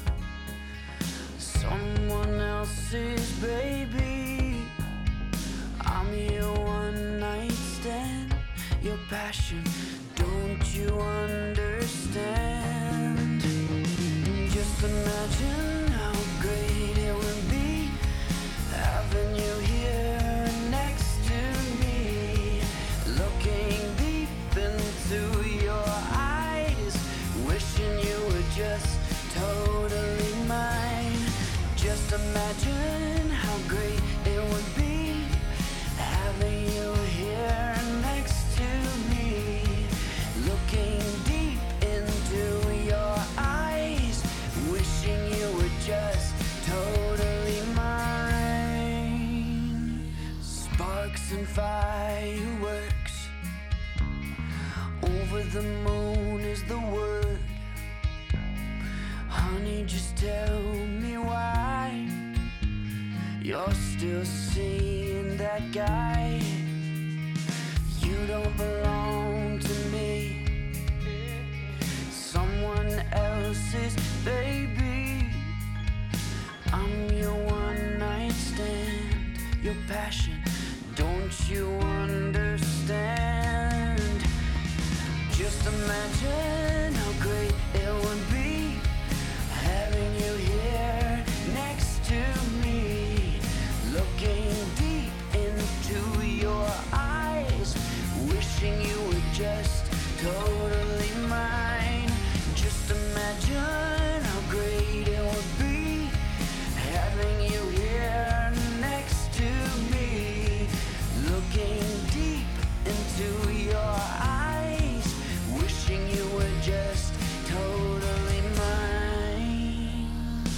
Someone else's baby. I'm your one night stand. Your passion, don't you understand? Just imagine how great it would be having you here next to me, looking deep into your eyes, wishing you were just totally mine. Just imagine how great it would be having you here next to me, looking deep into your eyes, wishing you were just totally mine. Sparks and fireworks. Over the moon is the word. Honey, just tell me why you're still seeing that guy. You You don't belong to me, someone else's baby. I'm your one night stand, your passion, don't you understand? Just imagine how great it would be having you here next to me, looking deep into your eyes, wishing you were just totally mine. Just imagine how great it would be having you here next to me, looking deep into your eyes, wishing you were just totally mine.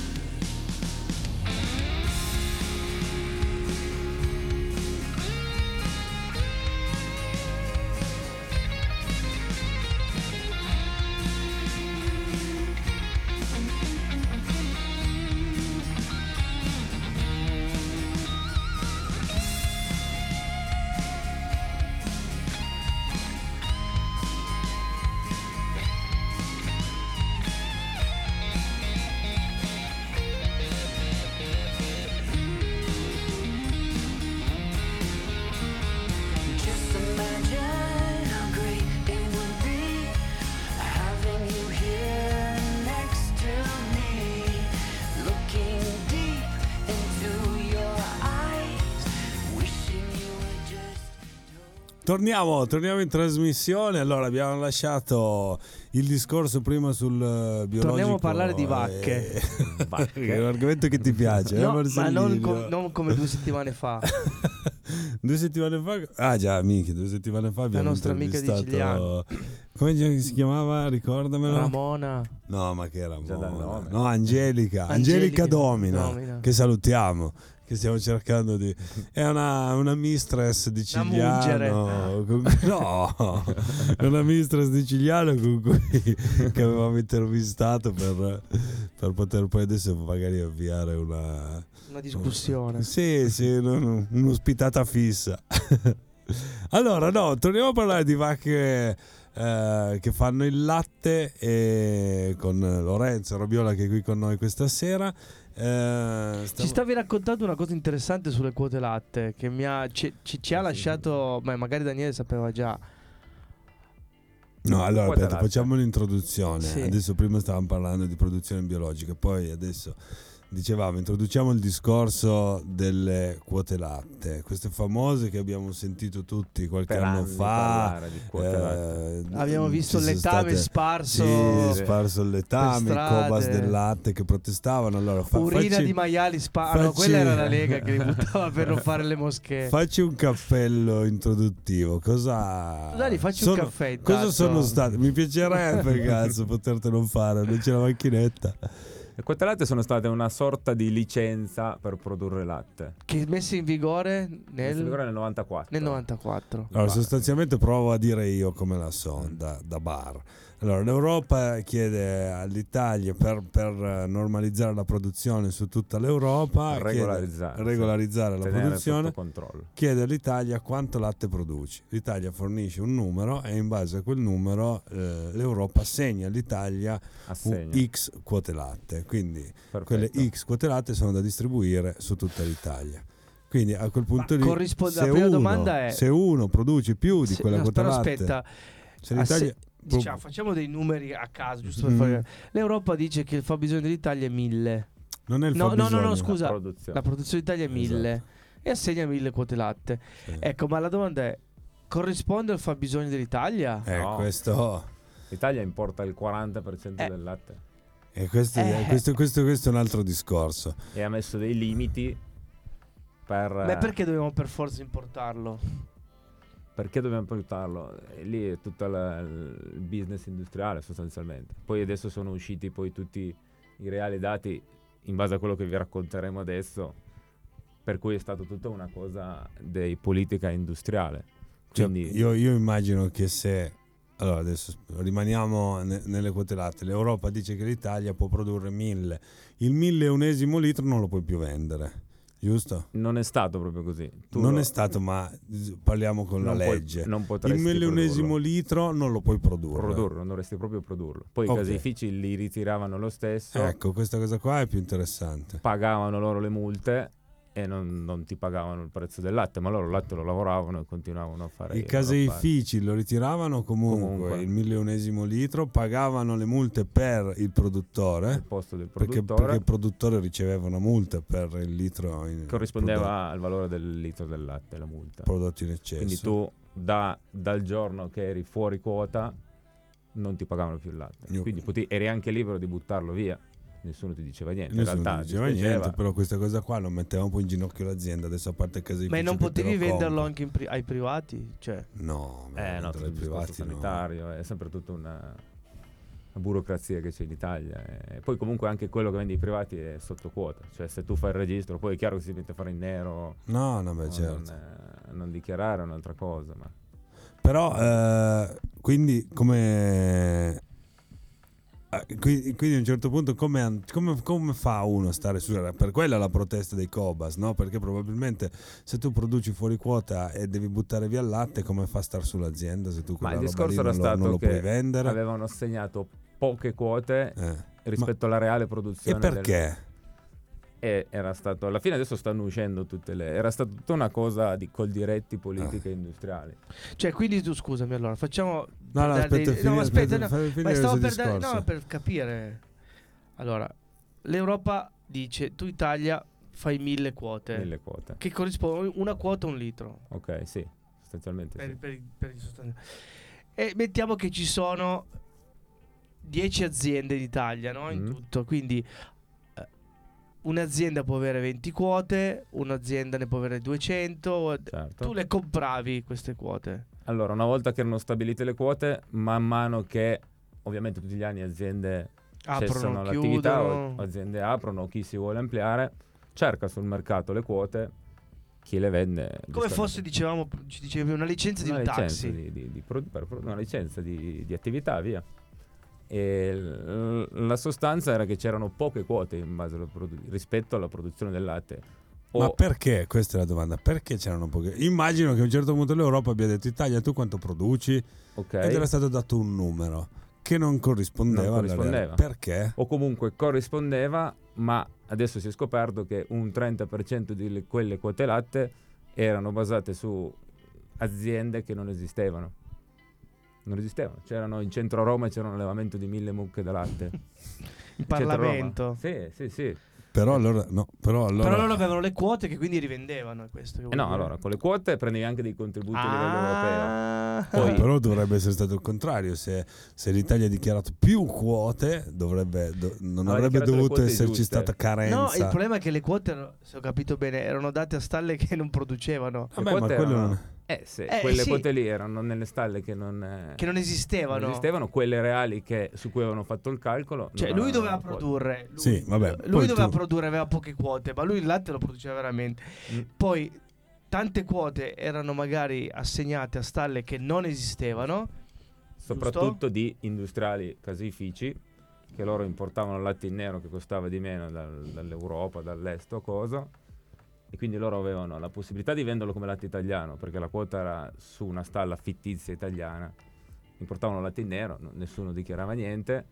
Just imagine how great it would be having you here next to me, looking deep into your eyes, wishing you were just. Torniamo, torniamo in trasmissione. Allora, abbiamo lasciato il discorso prima sul eh, biologico. Torniamo a parlare di vacche. e- Che è un argomento che ti piace, eh, No, ma Marcellino? non, com- non come due settimane fa. Due settimane fa, ah già, minchia, due settimane fa abbiamo nostra amica di intervistato. Come si chiamava? Ricordamelo. Ramona. No, ma che era Già dal nome. No, Angelica, Angelica, Angelica Domina, Domina. che salutiamo, che stiamo cercando di. È una, una mistress di Una mungere. Cigliano. Con... No, è una mistress di Cigliano con cui che avevamo intervistato per, per poter poi adesso magari avviare una. Una discussione. Sì, sì, un- un'ospitata fissa. Allora, no, torniamo a parlare di vacche eh, che fanno il latte e con Lorenzo Robiola che è qui con noi questa sera. Eh, Ci stiamo- stavi raccontando una cosa interessante sulle quote latte che mi ha, ci, ci- ci ha lasciato, beh, magari Daniele sapeva già. No, allora Quota aspetta, latte. facciamo l'introduzione. Sì. Adesso prima stavamo parlando di produzione biologica, poi adesso dicevamo, introduciamo il discorso delle quote latte, queste famose che abbiamo sentito tutti qualche Per anno anni fa. parlare di quote latte. eh, Abbiamo ci visto il sono letame state- sparso. Sì, Sì. sparso il letame, per i cobas strade. del latte che protestavano. Allora, fa- Urina facci, di maiali spa- ah, no, facci- quella era la Lega che li buttava per non fare le moschee. facci un cappello introduttivo. Cosa Dai, facci sono- un caffè intanto. Cosa sono state? Mi piacerebbe, cazzo, potertelo fare. Non c'è la macchinetta. Le quote latte sono state una sorta di licenza per produrre latte. Che messe in vigore Nel, nel, nel novantaquattro. nel novantaquattro. Allora, Guarda. sostanzialmente provo a dire io come la so da, da bar. Allora, l'Europa chiede all'Italia per, per normalizzare la produzione su tutta l'Europa, chiede- Regolarizzare, regolarizzare la Tenere produzione, sotto controllo. chiede all'Italia quanto latte produci. L'Italia fornisce un numero e in base a quel numero eh, l'Europa assegna all'Italia Assegna. un X quote latte. Quindi Perfetto. quelle X quote latte sono da distribuire su tutta l'Italia. Quindi a quel punto lì, corrisponde- se la prima uno, domanda è- se uno produce più di Se- quella no, quota però latte, aspetta, se l'Italia asse- diciamo, facciamo dei numeri a caso, giusto per Mm. fare. L'Europa dice che il fabbisogno dell'italia è mille. non è il No, no, no, no, fabbisogno. scusa. La produzione. La produzione d'Italia è mille Esatto. e assegna mille quote latte. Sì. Ecco, ma la domanda è: corrisponde al fabbisogno dell'Italia? Eh, No. questo, L'Italia importa il quaranta per cento Eh. del latte eh, questo, Eh. questo, questo, questo è un altro discorso. e ha messo dei limiti per... Ma perché dobbiamo per forza importarlo? Perché dobbiamo portarlo? E lì è tutto la- il business industriale sostanzialmente. Poi adesso sono usciti poi tutti i reali dati in base a quello che vi racconteremo adesso, per cui è stata tutta una cosa di politica industriale. Cioè, Quindi io, io immagino che se allora adesso rimaniamo ne- nelle quote latte, l'Europa dice che l'Italia può produrre mille, il milleunesimo litro non lo puoi più vendere. Giusto? Non è stato proprio così. Tu non lo- è stato, ma parliamo con la non puoi- legge. non Il potresti milionesimo produrlo. litro non lo puoi produrre. produrlo, non dovresti proprio produrlo. Poi Ok. i caseifici li ritiravano lo stesso, Ecco, questa cosa qua è più interessante. pagavano loro le multe e non, non ti pagavano il prezzo del latte, ma loro il latte lo lavoravano e continuavano a fare I i loro affari. caseifici lo ritiravano comunque, Comunque. il milionesimo litro, pagavano le multe per il produttore, al posto del perché, produttore, perché il produttore riceveva una multa per il litro in, corrispondeva prodotto, al valore del litro del latte, la multa. prodotto in eccesso. Quindi tu da- dal giorno che eri fuori quota non ti pagavano più il latte. Io- Quindi potevi- eri anche libero di buttarlo via. Nessuno ti diceva niente. Nessuno in realtà ti diceva dispiaceva. niente, però questa cosa qua non metteva un po' in ginocchio l'azienda. Adesso, a parte il caseificio Ma non che te potevi lo venderlo compra. anche in pri- ai privati? Cioè, No, Eh no, tra tutto i il discorso privati no. sanitario, è sempre tutta una, una burocrazia che c'è in Italia. E poi comunque anche quello che vendi ai privati è sotto quota. Cioè se tu fai il registro, poi è chiaro che si mette a fare in nero, No, no, beh, o certo. non, eh, non dichiarare è un'altra cosa. Ma Però, eh, quindi come... eh, Quindi, quindi a un certo punto come, an- come- come fa uno a stare su? Per quella la protesta dei Cobas, no? Perché probabilmente se tu produci fuori quota e devi buttare via il latte, come fa a star sull'azienda se tu Ma quella il roba discorso lì era non lo, stato non lo puoi che vendere? avevano assegnato poche quote Eh. rispetto alla reale E produzione. del- perché? E era stato, alla fine adesso stanno uscendo tutte le... Era stata tutta una cosa di coldiretti politiche Ah. industriali. cioè, quindi tu scusami, allora facciamo. No, no, per dare aspetta, dei- fini- no, aspetta, aspetta, no, fai ma finire stavo questo per dare- discorso. no, per capire. Allora, l'Europa dice: tu Italia fai mille quote, Mille quote. che corrisponde una quota a un litro. Ok, sì, sostanzialmente Per, sì. per, i- per i sostanzi- E mettiamo che ci sono dieci aziende in Italia, no? In Mm. tutto, quindi eh, un'azienda può avere venti quote, un'azienda ne può avere duecento. Certo. Tu le compravi queste quote? Allora, una volta che erano stabilite le quote, man mano che ovviamente tutti gli anni aziende cessano Aprono, l'attività o chiudono. aziende aprono, chi si vuole ampliare, cerca sul mercato le quote, chi le vende. Come giustamente. fosse, dicevamo, ci dicevi, una licenza di una un licenza taxi. di, di- di pro- per pro- una licenza di, di attività, via. E l- la sostanza era che c'erano poche quote in base alla produ- rispetto alla produzione del latte. Ma O- perché? Questa è la domanda. Perché c'erano poche? Immagino che a un certo punto l'Europa abbia detto: Italia, tu quanto produci? ok. Ed era stato dato un numero che non corrispondeva, Non alla corrispondeva. realtà. Perché? o comunque corrispondeva, ma adesso si è scoperto che un trenta per cento di le- quelle quote latte erano basate su aziende che non esistevano. Non esistevano. C'erano in centro a Roma c'era un allevamento di mille mucche da latte. In Centro a Roma. Parlamento. Sì, sì, sì. Però allora, no, però allora, Però loro avevano le quote che quindi rivendevano. è Questo che Eh vuol no, dire. allora, con le quote prendevi anche dei contributi a livello europeo. Ah. Poi- Eh, però dovrebbe essere stato il contrario. Se, se l'Italia ha dichiarato più quote, dovrebbe, do- non Aveva avrebbe dichiarato le dovuto quote esserci giuste. stata carenza. No, il problema è che le quote, erano- se ho capito bene, erano date a stalle che non producevano, Le Vabbè, ma quote quello erano- non- Eh, sì, Eh, quelle sì. quote lì erano nelle stalle che non, eh, che non esistevano. non esistevano, quelle reali che, su cui avevano fatto il calcolo. Cioè, non lui avevano doveva quote. produrre. Lui, Sì, vabbè, lui poi doveva tu- produrre, aveva poche quote, ma lui il latte lo produceva veramente. Mm. Poi tante quote erano magari assegnate a stalle che non esistevano. Soprattutto di industriali caseifici che loro importavano il latte in nero che costava di meno dal- dall'Europa, dall'est o cosa, e quindi loro avevano la possibilità di venderlo come latte italiano perché la quota era su una stalla fittizia italiana. Importavano latte in nero, no- nessuno dichiarava niente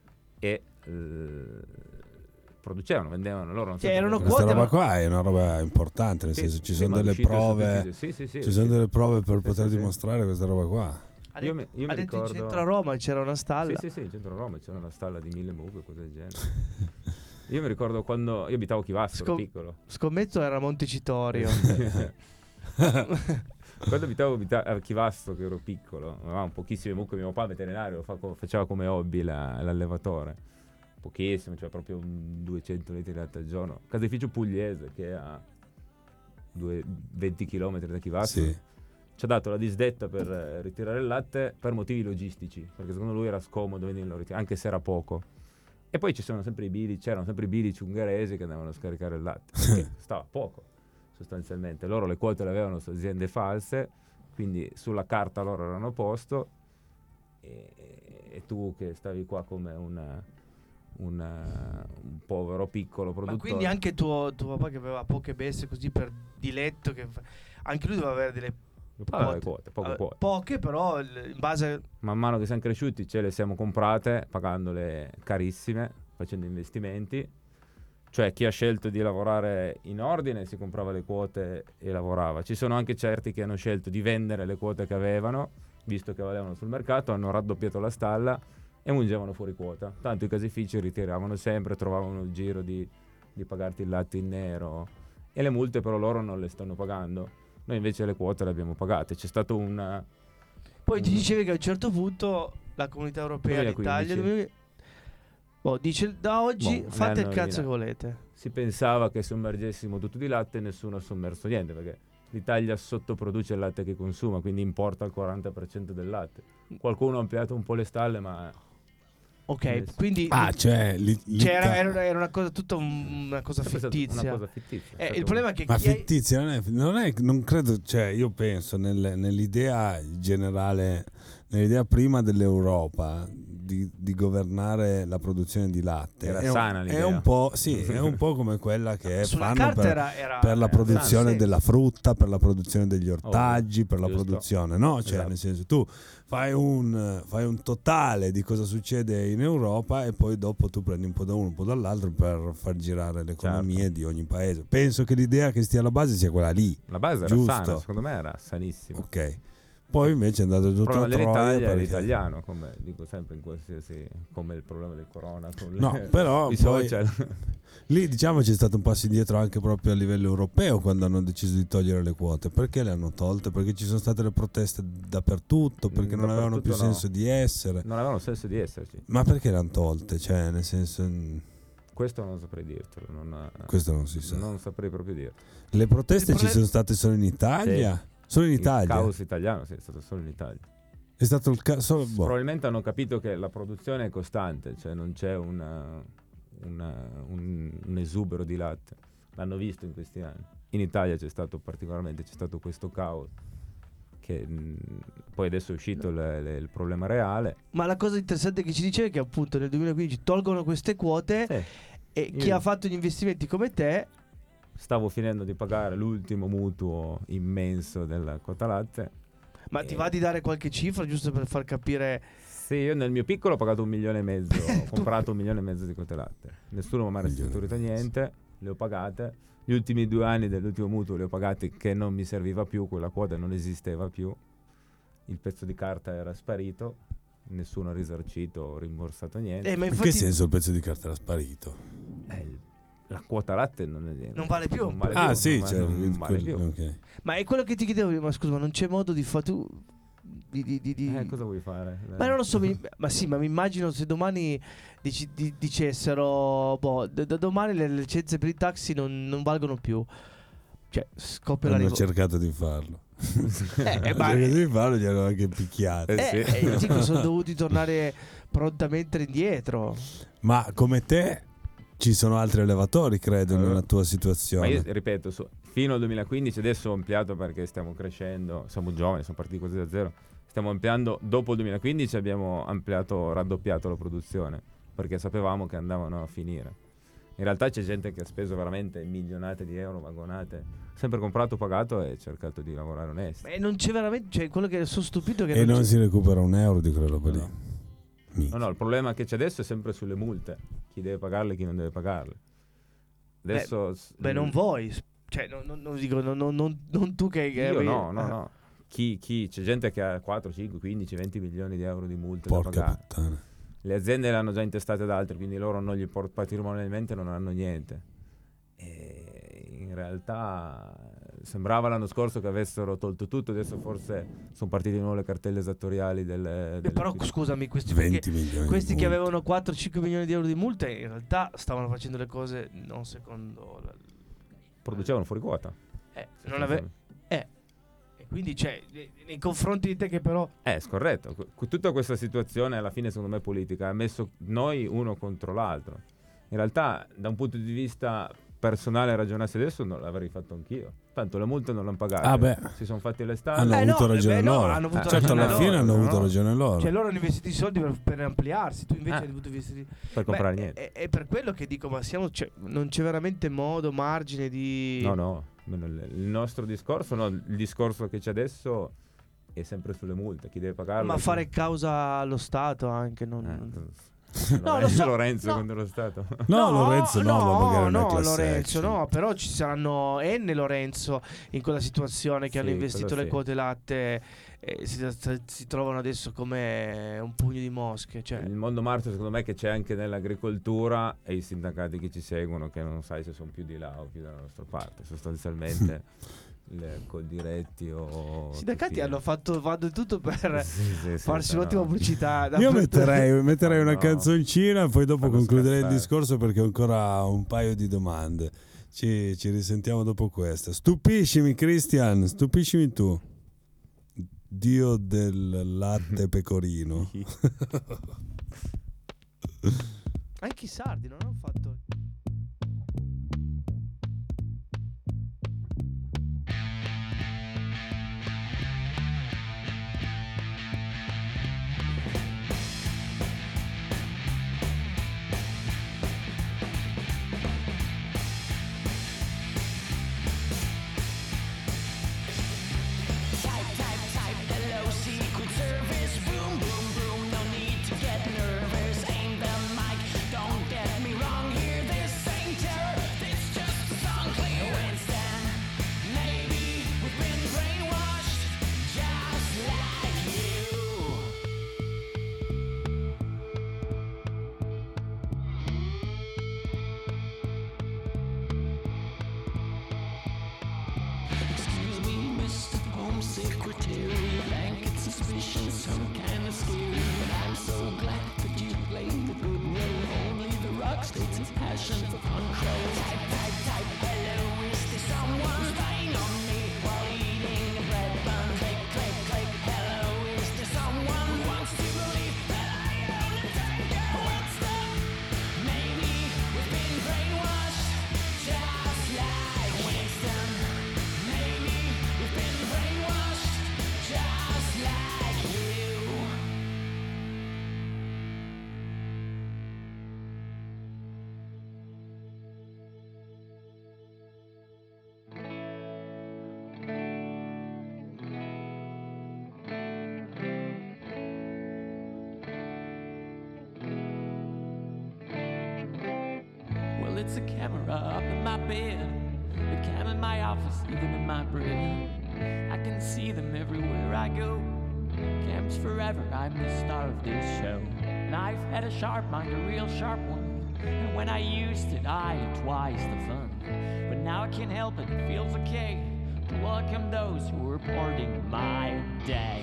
e eh, producevano, vendevano loro. Non so Cioè, come- erano Questa quote, roba ma- qua è una roba importante, nel Sì, senso ci sì, sono ma delle l'uscita è prove, sufficiente. Sì, sì, sì, ci sì, sono sì. delle prove per Sì, poter sì, sì. dimostrare questa roba qua. Ha Io detto, mi- io mi ha detto in ricordo- centro a Roma c'era una stalla. Sì, sì, sì, in centro a Roma c'era una stalla di mille mucche, cose del genere. Io mi ricordo quando io abitavo a Chivasso, ero Scom- piccolo. Scommetto era Montecitorio. Quando abitavo abita- a Chivasso, che ero piccolo, avevamo pochissime mucche. Mio papà veterinario fa co- faceva come hobby la- l'allevatore, pochissimo, cioè proprio un duecento litri di latte al giorno. Caseificio pugliese che è a due- venti chilometri da Chivasso. Sì. Ci ha dato la disdetta per eh, ritirare il latte per motivi logistici, perché secondo lui era scomodo venirlo a ritirare, anche se era poco. E poi ci sono sempre i bilici, c'erano sempre i bilici ungheresi che andavano a scaricare il latte, perché stava poco sostanzialmente. Loro le quote le avevano su aziende false, quindi sulla carta loro erano a posto, e, e tu che stavi qua come una, un, uh, un povero piccolo produttore. Ma quindi anche tuo, tuo papà che aveva poche bestie così per diletto, che fa- anche lui doveva avere delle Aveva le quote, poche eh, quote. poche, però il- in base Man mano che siamo cresciuti ce le siamo comprate pagandole carissime, facendo investimenti. Cioè chi ha scelto di lavorare in ordine si comprava le quote e lavorava. Ci sono anche certi che hanno scelto di vendere le quote che avevano, visto che valevano sul mercato, hanno raddoppiato la stalla e mungevano fuori quota. Tanto i caseifici ritiravano sempre, trovavano il giro di, di pagarti il latte in nero, e le multe però loro non le stanno pagando. Noi invece le quote le abbiamo pagate. C'è stato un... poi ti un- dicevi che a un certo punto la Comunità Europea, l'Italia duemilaquindici. duemila boh, dice da oggi Boh, fate ne il hanno cazzo che eliminato. volete. Si pensava che sommergessimo tutto di latte e nessuno ha sommerso niente, perché l'Italia sottoproduce il latte che consuma, quindi importa il quaranta per cento del latte. Qualcuno ha ampliato un po' le stalle, ma Ok, Adesso. quindi Ah, cioè, li- cioè, l'Ita- era, era una- era una cosa tutta un- una cosa è stata fittizia. una cosa fittizia. Eh, È stato- il problema è che Ma chi è- fittizia non è, non è, non credo, cioè io penso nel- nell'idea generale, nell'idea prima dell'Europa di, di governare la produzione di latte. Era è un- sana è l'idea. un po', sì, è un po' come quella che sulla fanno carta per, era, era per la era- produzione sì. della frutta, per la produzione degli ortaggi, per la giusto. produzione, no? Cioè, Esatto. nel senso, tu fai un, fai un totale di cosa succede in Europa e poi dopo tu prendi un po' da uno, un po' dall'altro per far girare l'economia Certo. di ogni paese. Penso che l'idea che stia alla base sia quella lì. La base era Giusto. sana, secondo me era sanissima. Ok. Poi invece è andato Il tutto a problema troia dell'Italia è perché- l'italiano, come dico sempre in qualsiasi, come il problema del corona con le- No, però i poi- social. Lì diciamo c'è stato un passo indietro anche proprio a livello europeo quando hanno deciso di togliere le quote. Perché le hanno tolte? Perché ci sono state le proteste dappertutto, perché Mm, non avevano più dappertutto no. senso di essere. Non avevano senso di esserci. Ma perché le hanno tolte? Cioè, nel senso, mm, Questo non saprei dirtelo, non, questo non si sa. non saprei proprio dire. Le proteste Il ci problema- sono state solo in Italia? Solo in Il Italia? caos italiano sì, è stato solo in Italia. È stato il caso. Boh. Probabilmente hanno capito che la produzione è costante, cioè non c'è una, una- un, un esubero di latte. L'hanno visto in questi anni. In Italia c'è stato particolarmente c'è stato questo caos che mh, poi adesso è uscito le- le- il problema reale. Ma la cosa interessante che ci dicevi è che appunto nel duemilaquindici tolgono queste quote Sì. e chi Io- ha fatto gli investimenti come te Stavo finendo di pagare l'ultimo mutuo immenso della quota latte. ma ti Eh. va di dare qualche cifra giusto per far capire. Sì, io nel mio piccolo ho pagato un milione e mezzo, ho comprato un milione e mezzo di quote latte. Nessuno mi ha mai restituito niente, le ho pagate. Gli ultimi due anni dell'ultimo mutuo li ho pagati che non mi serviva più, quella quota non esisteva più. Il pezzo di carta era sparito, nessuno ha risarcito o rimborsato niente. Eh, ma In che infatti senso il pezzo di carta era sparito? Eh, il- la quota latte non, è, Non vale più. non vale Ah più, sì, non, cioè, non il- vale quel- più. ok. ma è quello che ti chiedevo prima, scusa, ma non c'è modo di fare tu di, di, di, di- Eh, cosa vuoi fare? Ma non lo so, mi- ma sì, ma mi immagino se domani dici- di- dicessero, boh, da, da domani le licenze per i taxi non, non valgono più. Cioè, scoppia la Hanno rivoluzione. cercato di farlo. Eh, Hanno ma- cercato di farlo, gli hanno anche picchiato. Eh, sì. Eh, eh, dico, sono dovuti tornare prontamente indietro. Ma come te ci sono altri allevatori, credo, Allora. nella tua Ma situazione. io ripeto, su- fino al duemilaquindici, adesso ho ampliato perché stiamo crescendo, siamo giovani, siamo partiti quasi da zero. Stiamo ampliando, dopo il duemilaquindici abbiamo ampliato, raddoppiato la produzione, perché sapevamo che andavano a finire. In realtà c'è gente che ha speso veramente milionate di euro, vagonate, sempre comprato, pagato e cercato di lavorare onesto. Ma non c'è veramente, cioè, quello che sono stupito è che E non c'è- si recupera un euro di quella roba lì. No. Minchia. No, no, il problema che c'è adesso è sempre sulle multe, chi deve pagarle e chi non deve pagarle. Adesso... s- Beh, non voi, cioè, non, non- non dico, non, non- non- non tu che... che Io avevi- no, no, no. Chi, chi, c'è gente che ha quattro, cinque, quindici, venti milioni di euro di multe da Porca pagare. puttana. Le aziende le hanno già intestate ad altri, quindi loro non gli por- patrimonialmente non hanno niente. E in realtà sembrava l'anno scorso che avessero tolto tutto, adesso forse sono partite di nuovo le cartelle esattoriali delle... Eh, delle- però scusami, questi, venti perché milioni. questi di che multe. avevano quattro cinque milioni di euro di multe in realtà stavano facendo le cose non secondo... La, producevano fuori quota. eh, non ave- eh, e quindi cioè, nei- nei confronti di te che però... Eh, scorretto. Qu- Tutta questa situazione alla fine secondo me è politica, ha messo noi uno contro l'altro. In realtà da un punto di vista personale ragionassi adesso non l'avrei fatto anch'io. Tanto le multe non l'hanno pagate. Ah, beh. Si sono fatti le stalle. Hanno Eh, avuto no, ragione beh, no, loro. hanno avuto Eh, certo, ragione alla fine loro, hanno avuto no? ragione loro. Cioè loro hanno investito i soldi per, per ampliarsi, tu invece Eh. hai dovuto investire Per comprare Beh, niente. È, è per quello che dico, ma siamo, cioè, non c'è veramente modo, margine di... No, no. Il nostro discorso, no, il discorso che c'è adesso è sempre sulle multe. Chi deve pagarlo? Ma fare causa allo Stato anche, non... Eh, No, lo Lorenzo, so, Lorenzo no. contro lo Stato. No, Lorenzo no, ma magari una no, class Lorenzo action. no, però ci saranno N Lorenzo in quella situazione che Sì, hanno investito quello le sì. quote latte e si, si trovano adesso come un pugno di mosche, cioè. Il mondo marcio secondo me che c'è anche nell'agricoltura e i sindacati che ci seguono che non sai se sono più di là o più dalla nostra parte. Sostanzialmente le Coldiretti o I sindacati tutti- hanno fatto vado tutto per Sì, sì, sì, farsi però- un'ottima pubblicità. Io metterei, metterei una No. canzoncina e poi dopo Fanno concluderei il scassare. discorso perché ho ancora un paio di domande. Ci, ci risentiamo dopo questa. Stupiscimi, Christian, stupiscimi tu. Dio del latte pecorino. Anche i sardi non hanno fatto. It's a camera up in my bed, a cam in my office, even in my bread. I can see them everywhere I go. Cam's forever, I'm the star of this show. And I've had a sharp mind, a real sharp one. And when I used it, I had twice the fun. But now I can't help it, it feels okay to welcome those who are reporting my day.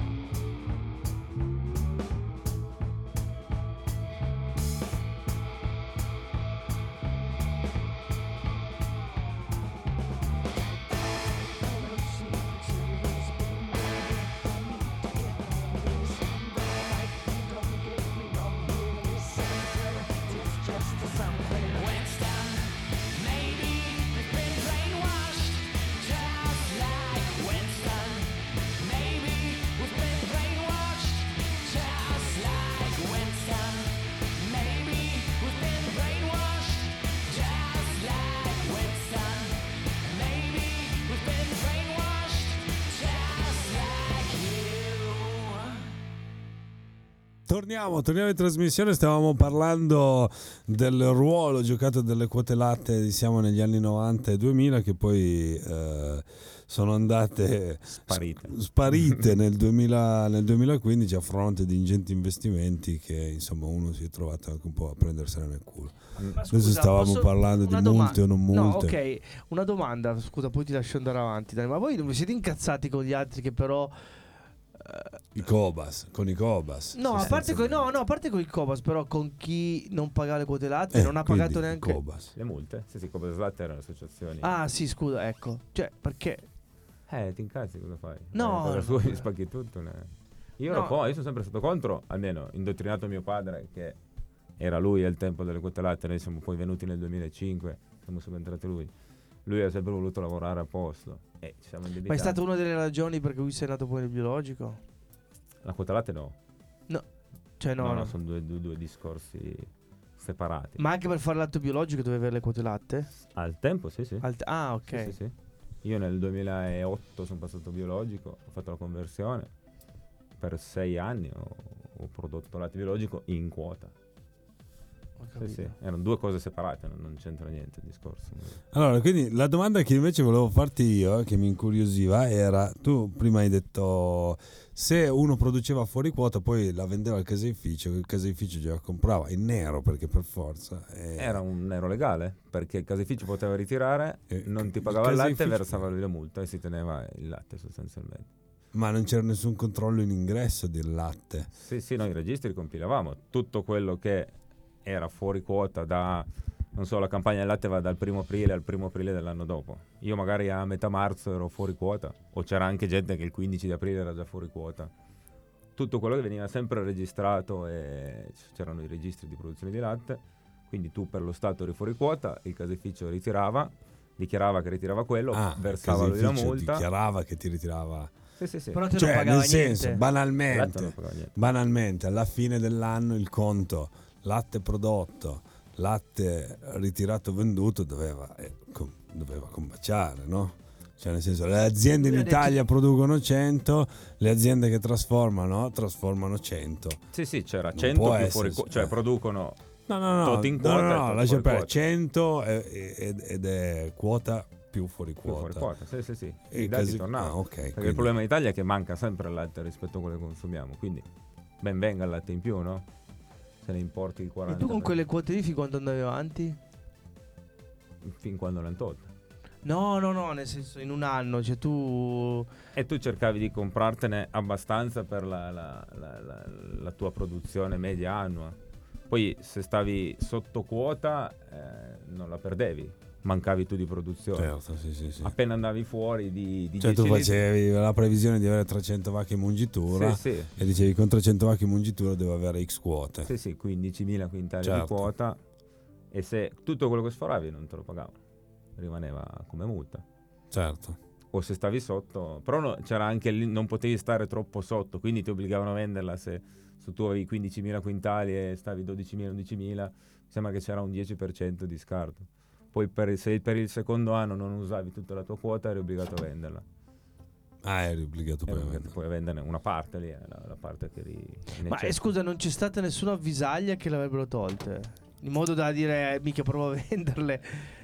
Torniamo, torniamo in trasmissione, stavamo parlando del ruolo giocato dalle quote latte, siamo negli anni novanta e duemila, che poi eh, sono andate Sparite. sparite nel, duemila, nel duemilaquindici a fronte di ingenti investimenti che insomma uno si è trovato anche un po' a prendersene nel culo. Ma Adesso scusa, stavamo posso- parlando di una multe o non multe. No, ok, una domanda, scusa, poi ti lascio andare avanti, Dani, ma voi non vi siete incazzati con gli altri che però... I Cobas, con i Cobas. No, a parte con, no, no, a parte con il Cobas, però con chi non paga le quote latte Eh, non ha quindi pagato neanche... Cobas. Le multe? Sì, sì, come Slatte erano associazioni. Ah, sì, scusa, ecco. Cioè, perché... Eh, ti incazzi, cosa fai? No, Eh, no, su, no. gli spacchi tutto. ne- Io, No. ero co- io sono sempre stato contro, almeno indottrinato mio padre che era lui al tempo delle quote latte, noi siamo poi venuti nel duemilacinque, siamo subentrati lui. Lui ha sempre voluto lavorare a posto e ci siamo indebitati. Ma è stata una delle ragioni per cui sei andato poi nel biologico? La quota latte no. No, cioè no, no, no. no sono due, due, due discorsi separati. Ma anche per fare l'atto biologico dovevi avere le quote latte? Al tempo sì sì. Al te- ah, ok. Sì, sì, sì. Io nel duemilaotto sono passato biologico, ho fatto la conversione, per sei anni ho, ho prodotto latte biologico in quota. Sì, sì. Erano due cose separate, non, non c'entra niente il discorso. Allora, quindi la domanda che invece volevo farti io, che mi incuriosiva, era: tu prima hai detto se uno produceva fuori quota poi la vendeva al caseificio, il caseificio già la comprava in nero, perché per forza eh. Era un nero legale, perché il caseificio poteva ritirare, Eh, non ti il pagava il latte, caseificio- versava lui la multa e si teneva il latte sostanzialmente. Ma non c'era nessun controllo in ingresso del latte. Sì, sì, noi i registri compilavamo tutto quello che era fuori quota da, non so, la campagna del latte va dal primo aprile al primo aprile dell'anno dopo. Io magari a metà marzo ero fuori quota, o c'era anche gente che il quindici di aprile era già fuori quota. Tutto quello che veniva sempre registrato e c'erano i registri di produzione di latte, quindi tu per lo Stato eri fuori quota, il caseificio ritirava, dichiarava che ritirava quello, Ah, versava il lui la caseificio multa. dichiarava che ti ritirava. Sì, sì, sì. Però te Cioè, non pagava nel senso, niente. Il latte non banalmente, pagava niente. banalmente, alla fine dell'anno il conto latte prodotto, latte ritirato venduto doveva, eh, com- doveva combaciare, no? Cioè, nel senso, le aziende in Lui ha detto- Italia producono cento, le aziende che trasformano trasformano cento. Sì, sì, c'era Non cento può più fuori esserci, quota, cioè eh. producono No, no, no, tot in no, quota no, e no, tot lascia fuori perdere, quota. cento è- ed ed è quota più fuori più fuori quota. quota. Sì, sì, sì. E I dati casi- tornavano. ah, ok, Perché quindi- il problema in Italia è che manca sempre il latte rispetto a quello che consumiamo, quindi ben venga il latte in più, no? Se ne importi il E quaranta. tu con quelle quote lì fin quando andavi avanti? Fin quando l'hanno tolte. No, no, no, nel senso in un anno, cioè tu... E tu cercavi di comprartene abbastanza per la, la- la- la- la tua produzione media annua. Poi se stavi sotto quota eh, non la perdevi, mancavi tu di produzione. Certo, sì, sì, sì. Appena andavi fuori di, di Cioè tu dieci litri- facevi la previsione di avere trecento vacche in mungitura Sì, sì. e dicevi con trecento vacche in mungitura devo avere X quote. Sì, sì, quindicimila quintali Certo. di quota, e se tutto quello che sforavi non te lo pagavano, rimaneva come multa. Certo. O se stavi sotto, però no, c'era anche lì, non potevi stare troppo sotto, quindi ti obbligavano a venderla. Se, se tu avevi quindicimila quintali e stavi dodicimila, undicimila, mi sembra che c'era un dieci per cento di scarto. Poi per, se per il secondo anno non usavi tutta la tua quota eri obbligato a venderla. Ah, eri obbligato poi Eri a obbligato vendere. poi a venderne una parte lì, la, la parte che eri in Ma eh, eccesso. scusa, non c'è stata nessuna avvisaglia che l'avrebbero tolte? In modo da dire, eh, mica provo a venderle.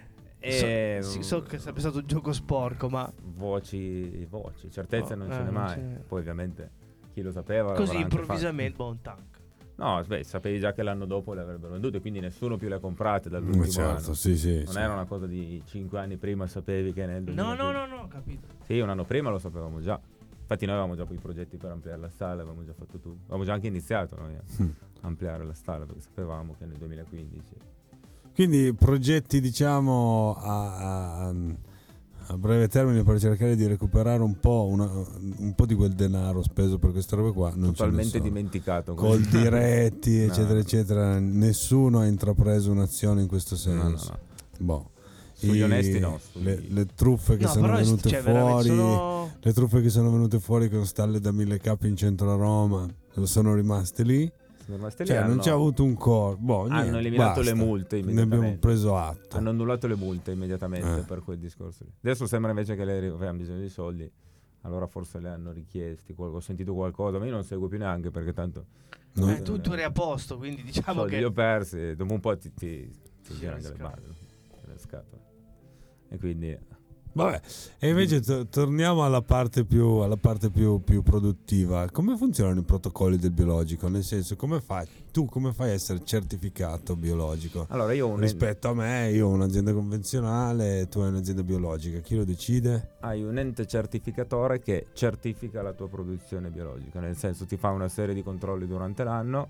E, So, sì, so che è sempre stato un gioco sporco, ma voci, voci, certezze No, non eh, ce n'è non mai. c'è. Poi ovviamente chi lo sapeva così l'avrà anche improvvisamente, boh, un tank. fatto. No, beh, sapevi già che l'anno dopo le avrebbero vendute, quindi nessuno più le ha comprate Ma dall'ultimo certo, anno. sì, sì. Non sì. era una cosa di cinque anni prima, sapevi che nel No, duemilaquindici. no, no, no, ho capito. Sì, un anno prima lo sapevamo già. Infatti noi avevamo già poi i progetti per ampliare la sala, avevamo già fatto tutto. Avevamo già anche iniziato noi a Mm. ampliare la sala, perché sapevamo che nel duemilaquindici. Quindi progetti diciamo a, a- a breve termine per cercare di recuperare un po', una- un po' di quel denaro speso per queste robe qua. Non ce ne Totalmente sono. dimenticato. Col diretti, No, eccetera, no. eccetera. Nessuno ha intrapreso un'azione in questo No, no, senso. no. Boh. Sugli I- onesti no. sugli- Le, le truffe che No, sono però è- venute cioè, veramente fuori, sono... le truffe che sono venute fuori con stalle da mille capi in centro a Roma, sono rimaste lì. sono rimasti lì, Cioè, non hanno- c'è avuto un core. Boh, hanno niente, eliminato basta. le multe Ne abbiamo immediatamente. preso atto. Hanno annullato le multe immediatamente Eh. per quel discorso lì. Adesso sembra invece che lei avevano bisogno di soldi, allora forse le hanno richiesti. qual- Ho sentito qualcosa, ma io non seguo più neanche perché tanto No. Eh, tu, tu eri a posto, quindi diciamo soldi che... li ho persi. Dopo un po' ti, ti, ti Sì, girano le delle scatole. balle, le scatole. E quindi Vabbè, e invece to- torniamo alla parte, più, alla parte più, più produttiva. Come funzionano i protocolli del biologico? Nel senso, come fai tu come fai a essere certificato biologico? allora io ho un Rispetto a me, io ho un'azienda convenzionale, tu hai un'azienda biologica. Chi lo decide? hai un ente certificatore che certifica la tua produzione biologica, nel senso ti fa una serie di controlli durante l'anno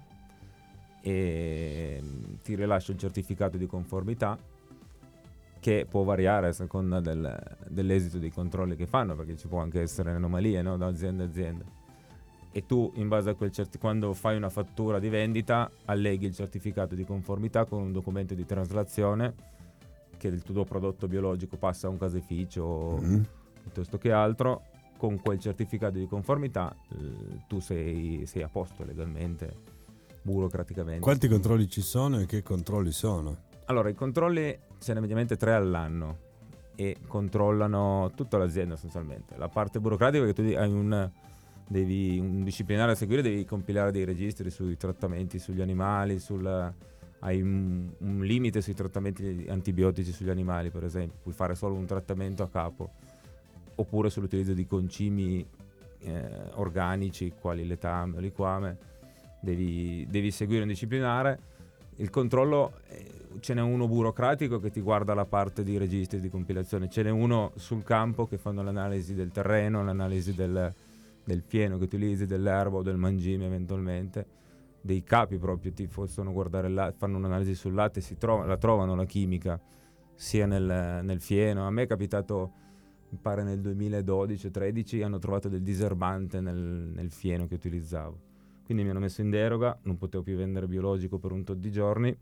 e mm, ti rilascia un certificato di conformità che può variare a seconda del- dell'esito dei controlli che fanno, perché ci può anche essere anomalie, no? Da azienda a azienda. e tu in base a quel certi- quando fai una fattura di vendita alleghi il certificato di conformità con un documento di traslazione che il tuo prodotto biologico passa a un caseificio Mm. piuttosto che altro. Con quel certificato di conformità eh, tu sei, sei a posto legalmente, burocraticamente. Quanti controlli ci sono e che controlli sono? Allora, i controlli ce ne mediamente tre all'anno e controllano tutta l'azienda essenzialmente. La parte burocratica è che tu hai un, devi, un disciplinare a seguire, devi compilare dei registri sui trattamenti sugli animali, sul, hai un, un limite sui trattamenti antibiotici sugli animali, per esempio, puoi fare solo un trattamento a capo, oppure sull'utilizzo di concimi eh, organici quali letame o liquame, devi, devi seguire un disciplinare. Il controllo eh, ce n'è uno burocratico che ti guarda la parte di registri di compilazione, ce n'è uno sul campo che fanno l'analisi del terreno, l'analisi del, del fieno che utilizzi, dell'erba o del mangime eventualmente, dei capi proprio ti possono guardare là, fanno un'analisi sul latte, si trova, la trovano la chimica sia nel, nel fieno. A me è capitato, mi pare nel duemiladodici tredici, hanno trovato del diserbante nel, nel fieno che utilizzavo, quindi mi hanno messo in deroga, non potevo più vendere biologico per un tot di giorni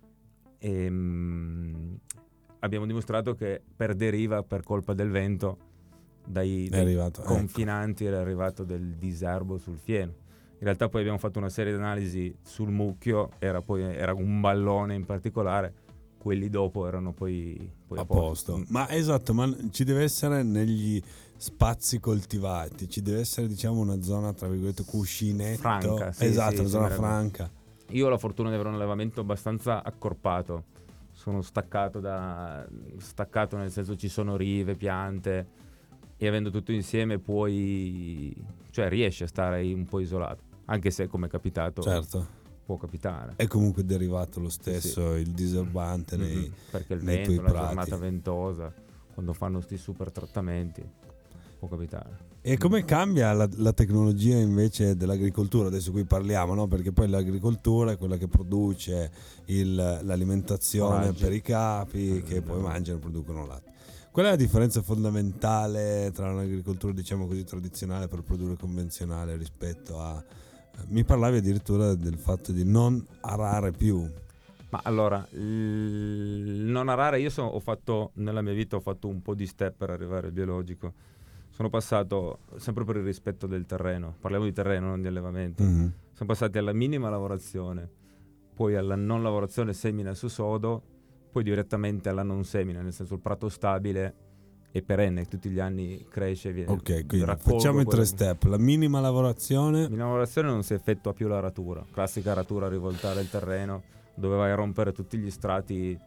e mh, abbiamo dimostrato che per deriva, per colpa del vento dai, dai arrivato, confinanti ecco. Era arrivato del diserbo sul fieno. In realtà poi abbiamo fatto una serie di analisi sul mucchio, era poi era un ballone in particolare, quelli dopo erano poi, poi a a posto. posto. Ma esatto, ma ci deve essere negli spazi coltivati, ci deve essere diciamo una zona tra virgolette cuscinetto, franca, sì, esatto, sì, una zona sì, franca. Io ho la fortuna di avere un allevamento abbastanza accorpato, sono staccato da staccato nel senso ci sono rive, piante, e avendo tutto insieme puoi, cioè riesci a stare un po' isolato, anche se come è capitato, certo, può capitare. È comunque derivato lo stesso, sì. il diserbante Mm-hmm. nei, perché il nei vento, tuoi la prati. giornata ventosa, quando fanno sti super trattamenti, può capitare. E come cambia la, la tecnologia invece dell'agricoltura, adesso qui parliamo, no? Perché poi l'agricoltura è quella che produce il, l'alimentazione Foraggi. per i capi Mm-hmm. che poi mangiano e producono latte. Qual è la differenza fondamentale tra un'agricoltura diciamo così tradizionale per produrre convenzionale rispetto a... Mi parlavi addirittura del fatto di non arare più. Ma allora, il non arare, io sono, ho fatto, nella mia vita ho fatto un po' di step per arrivare al biologico. Sono passato, sempre per il rispetto del terreno, parliamo di terreno, non di allevamento, Mm-hmm. siamo passati alla minima lavorazione, poi alla non lavorazione semina su sodo, poi direttamente alla non semina, nel senso il prato stabile e perenne, tutti gli anni cresce e viene. Ok, quindi raccolgo facciamo i tre quelle- step. La minima lavorazione, In lavorazione non si effettua più la ratura, classica ratura a rivoltare il terreno, dove vai a rompere tutti gli strati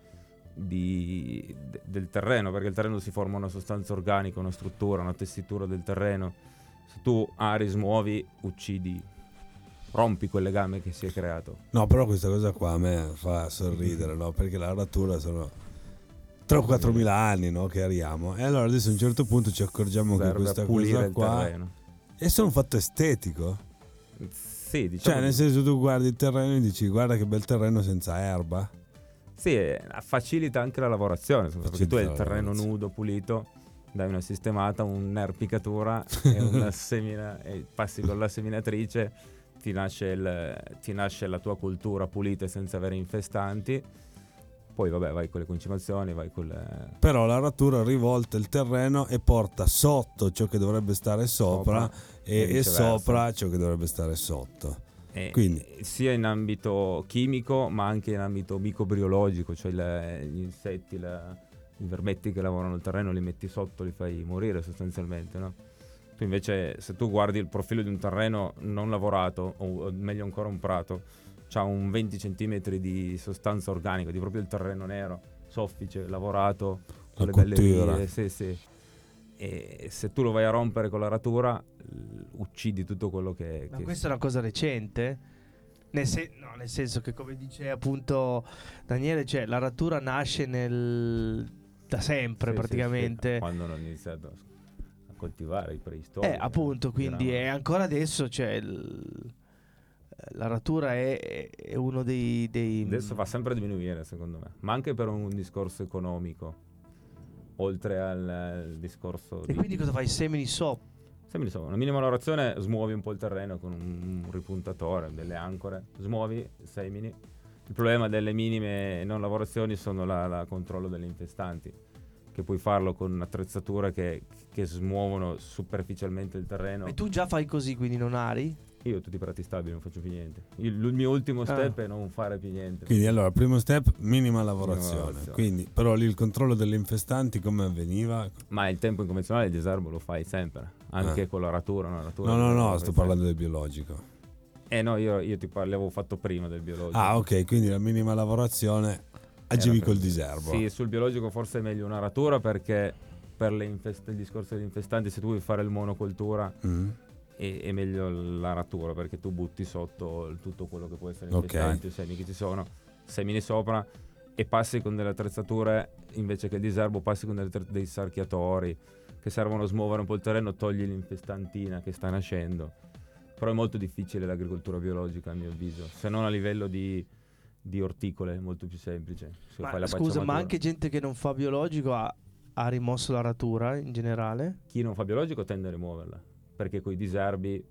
di, de- del terreno, perché il terreno si forma una sostanza organica, una struttura, una tessitura del terreno. Se tu ari, smuovi, uccidi, rompi quel legame che si è creato. no, però questa cosa qua a me fa sorridere, no? Perché la ratura sono tre o quattro mila anni, no? Che ariamo. E allora adesso a un certo punto ci accorgiamo che Serve questa a pulire cosa il qua terreno. è solo un fatto estetico. Sì, diciamo. Cioè, nel senso, tu guardi il terreno e dici guarda che bel terreno senza erba. Sì, eh, facilita anche la lavorazione, perché Facilita tu hai la il terreno lavorazione. nudo, pulito, dai una sistemata, un'erpicatura e una semina, e passi con la seminatrice, ti nasce, il, ti nasce la tua cultura pulita e senza avere infestanti. Poi vabbè, vai con le concimazioni, vai con le... Però la ratura rivolta il terreno e porta sotto ciò che dovrebbe stare sopra, Sopra, e, e e viceversa. sopra ciò che dovrebbe stare sotto. E Quindi- sia in ambito chimico ma anche in ambito microbiologico, cioè le- gli insetti, la- i vermetti che lavorano il terreno li metti sotto, li fai morire sostanzialmente, no? Tu invece, se tu guardi il profilo di un terreno non lavorato, o o meglio ancora un prato, c'ha un venti centimetri di sostanza organica, di proprio il terreno nero, soffice, lavorato, con La le belle cottura. vie, sì, sì. E se tu lo vai a rompere con la ratura, l- uccidi tutto quello che... Ma che questa è una cosa recente? Nel, sen- no, nel senso che, come dice appunto Daniele, cioè la ratura nasce nel da sempre Sì, sì, praticamente. sì, quando hanno iniziato a coltivare i preistorici. Eh, appunto, quindi è ancora adesso, cioè il- la ratura è, è uno dei, dei Adesso va sempre a diminuire, secondo me, ma anche per un discorso economico, oltre al, al discorso E di... quindi cosa fai? Semini sopra? Semini sopra. Una minima lavorazione, smuovi un po' il terreno con un, un ripuntatore, delle ancore, smuovi, semini. Il problema delle minime non lavorazioni sono la, la controllo delle infestanti, che puoi farlo con attrezzature che, che smuovono superficialmente il terreno. E tu già fai così, quindi non ari? Io tutti i prati stabili non faccio più niente. Il, il mio ultimo step ah. è non fare più niente. Quindi allora, primo step, minima lavorazione. Minima lavorazione. Quindi, però lì il controllo delle infestanti come avveniva? Ma il tempo in convenzionale il disarmo lo fai sempre, anche ah. con l'aratura. No, l'aratura no, no, no, sto sempre. parlando del biologico. Eh no, io, io ti parlo, l'avevo fatto prima del biologico. Ah, ok, quindi la minima lavorazione agivi col diserbo. Sì, sul biologico forse è meglio un'aratura, perché per le infest- il discorso degli infestanti, se tu vuoi fare il monocoltura mm. è, è meglio l'aratura, perché tu butti sotto il, tutto quello che può essere infestanti, okay. o semi che ci sono, semini sopra e passi con delle attrezzature, invece che il diserbo passi con delle, dei sarchiatori che servono a smuovere un po' il terreno, togli l'infestantina che sta nascendo. Però è molto difficile l'agricoltura biologica, a mio avviso, se non a livello di, di orticole, è molto più semplice. Se ma fai la scusa, ma anche gente che non fa biologico ha, ha rimosso l'aratura in generale? Chi non fa biologico tende a rimuoverla, perché con i diserbi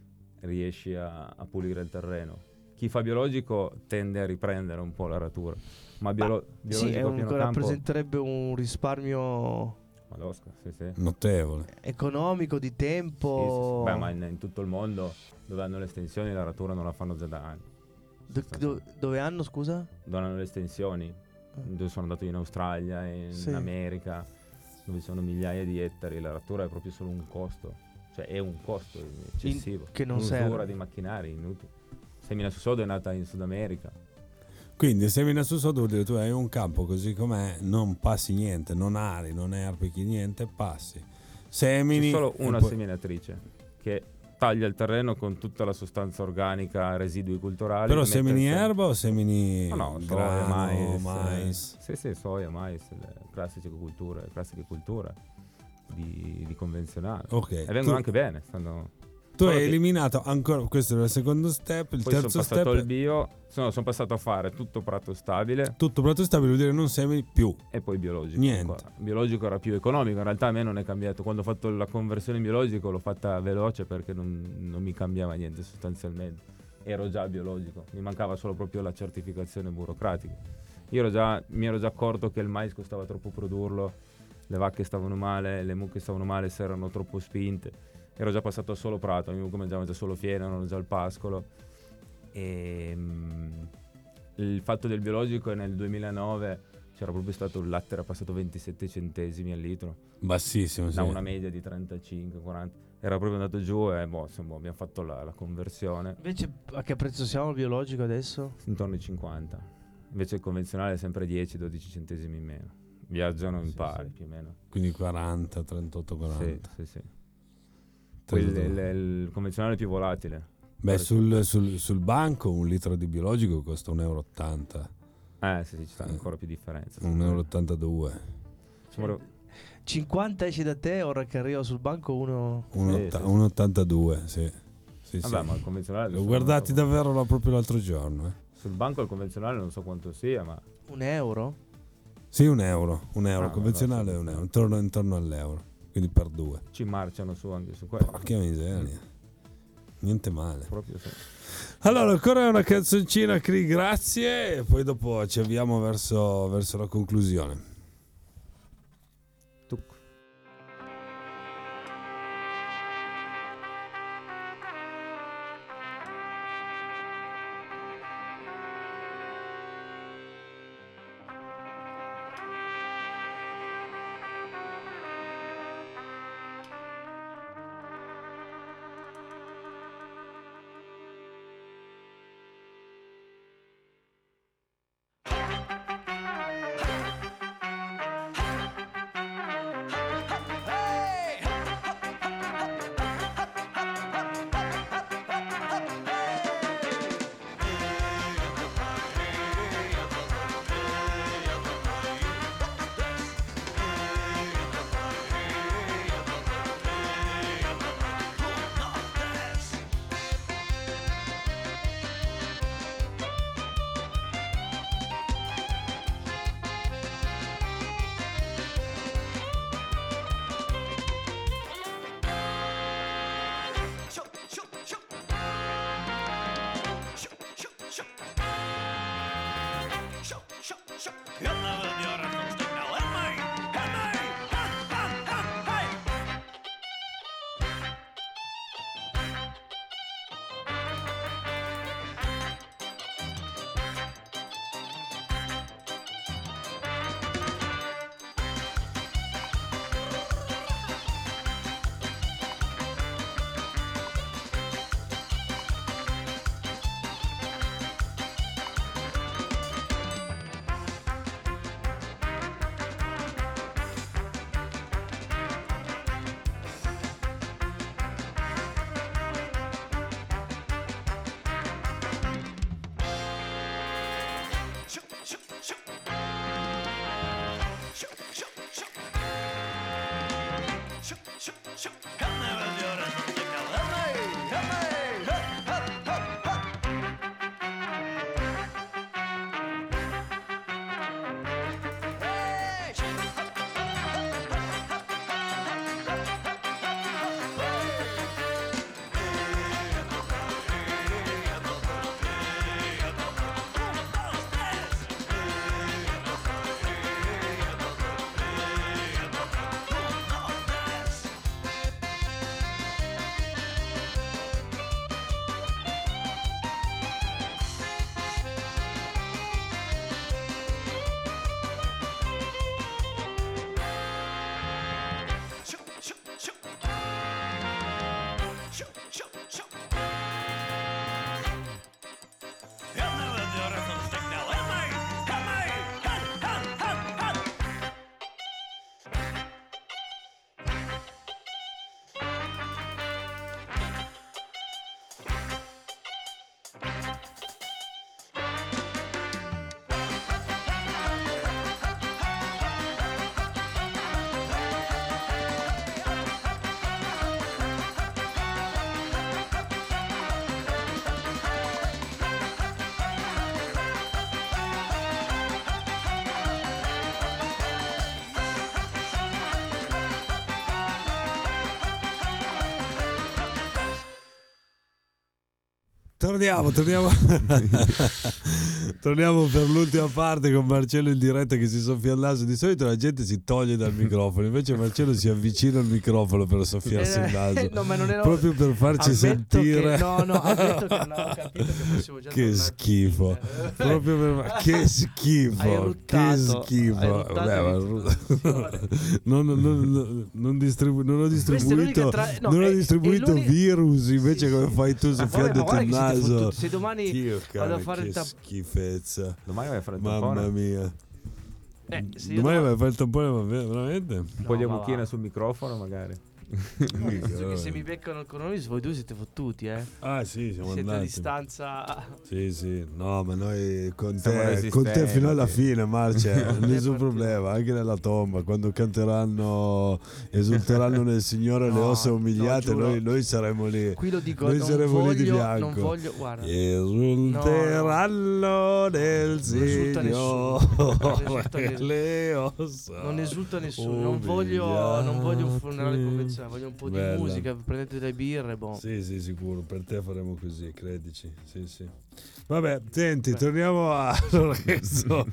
riesci a, a pulire il terreno. Chi fa biologico tende a riprendere un po' l'aratura, ma biolo- bah, biologico sì, è un, campo, rappresenterebbe un risparmio Madosca, sì, sì. notevole, economico, di tempo. Sì, sì, sì. Beh, ma in, in tutto il mondo dove hanno le estensioni l'aratura non la fanno già da anni. Do- do- dove hanno, scusa? Dove hanno le estensioni, dove sono andato in Australia, in sì. America, dove sono migliaia di ettari, l'aratura è proprio solo un costo, cioè è un costo eccessivo, in, che non un'usura serve. di macchinari inutili. Semina su sodo è nata in Sud America. Quindi semina su sodo vuol dire tu hai un campo così com'è, non passi niente, non ari, non erpichi niente, passi. Semini. C'è solo una poi... seminatrice che taglia il terreno con tutta la sostanza organica, residui culturali. Però semini erba o semini no, no, grano, mais, mais? Eh, sì, sì, soia, mais, le classiche culture, classiche culture di, di convenzionale. Ok. E vengono tu... anche bene, stanno... Tu hai eliminato ancora, questo è il secondo step, il poi terzo sono step. passato al bio, sono, sono passato a fare tutto prato stabile. Tutto prato stabile vuol dire non semini più. E poi biologico. Niente. Ancora. Biologico era più economico, in realtà a me non è cambiato. Quando ho fatto la conversione in biologico l'ho fatta veloce perché non, non mi cambiava niente sostanzialmente. Ero già biologico, mi mancava solo proprio la certificazione burocratica. Io ero già, mi ero già accorto che il mais costava troppo produrlo, le vacche stavano male, le mucche stavano male se erano troppo spinte. Ero già passato a solo prato, mi mangiavano già solo fieno, non già il pascolo. E, um, il fatto del biologico è nel duemilanove c'era proprio stato, il latte era passato ventisette centesimi al litro. Bassissimo, sì. Da una media di trentacinque quaranta. Era proprio andato giù e boh, insomma, abbiamo fatto la, la conversione. Invece a che prezzo siamo il biologico adesso? Intorno ai cinquanta. Invece il convenzionale è sempre dieci dodici centesimi in meno. Viaggiano in sì, pari sì. più o meno. Quindi quaranta, trentotto, quaranta. Sì, sì, sì. Poi il, il, il convenzionale è più volatile. Beh, sul, sul, sul banco un litro di biologico costa un euro e ottanta. Eh sì, sì, ci sta ancora più differenza. un euro e ottantadue. Cioè, cinquanta esce da te, ora che arriva sul banco uno... un sì, sì. ottantadue, sì. sì, Vabbè, sì. ma il convenzionale... L'ho guardati so davvero la, proprio l'altro giorno. Eh. Sul banco il convenzionale non so quanto sia, ma... Un euro? Sì, un euro. Un euro. Ah, convenzionale è un euro. Intorno, intorno all'euro. Quindi per due. Ci marciano su anche su quello. Porca miseria. Mm. Niente male. Proprio sì. Allora, ancora una canzoncina, Cri, grazie. E poi dopo ci avviamo verso, verso la conclusione. Tuc. Torniamo, torniamo. Torniamo per l'ultima parte con Marcello in diretta che si soffia il naso. Di solito la gente si toglie dal microfono, invece Marcello si avvicina al microfono per soffiarsi il naso. No, ma non ero... proprio per farci ammetto sentire. Che... No, no, ammetto che non avevo capito che fossimo già Che schifo. Proprio per... Che schifo. Hai ruttato, che schifo. hai ruttato Vabbè, ma... non, non, non, non, distribu... non ho distribuito, tra... no, non ho è, distribuito è virus invece sì, come sì. fai tu soffiandoti il naso. Se domani Dio, vado cara, a fare che il tap... schifezza. Domani vai a fare il Mamma tampone? mia. Eh, se Domani io vai a fare il tampone, ma ver- veramente? Un No, po' di ma mucchina va. sul microfono magari. Nel senso che se mi beccano il coronavirus voi due siete fottuti, eh. Ah sì, siamo Siete a andati. distanza. Sì, sì, no, ma noi con Siamo te, con te resistenti. fino alla fine, Marce, nessun partito. problema, anche nella tomba, quando canteranno, esulteranno nel Signore le No, ossa no, umiliate, giuro. noi, noi saremo lì. Qui lo dico, Noi non saremo lì di voglio, bianco. non voglio, guarda. Esulteranno nel esulta Signore nessuno. Non esulta nessuno. le ossa. Non esulta nessuno, non voglio, non voglio un funerale umiliate. convenzionale, voglio un po' di Bella. musica, prendete delle birre, boh. Sì, sì, sicuro, per te faremo così, credici. Sì, sì. Vabbè, senti, Beh. torniamo a Lorenzo.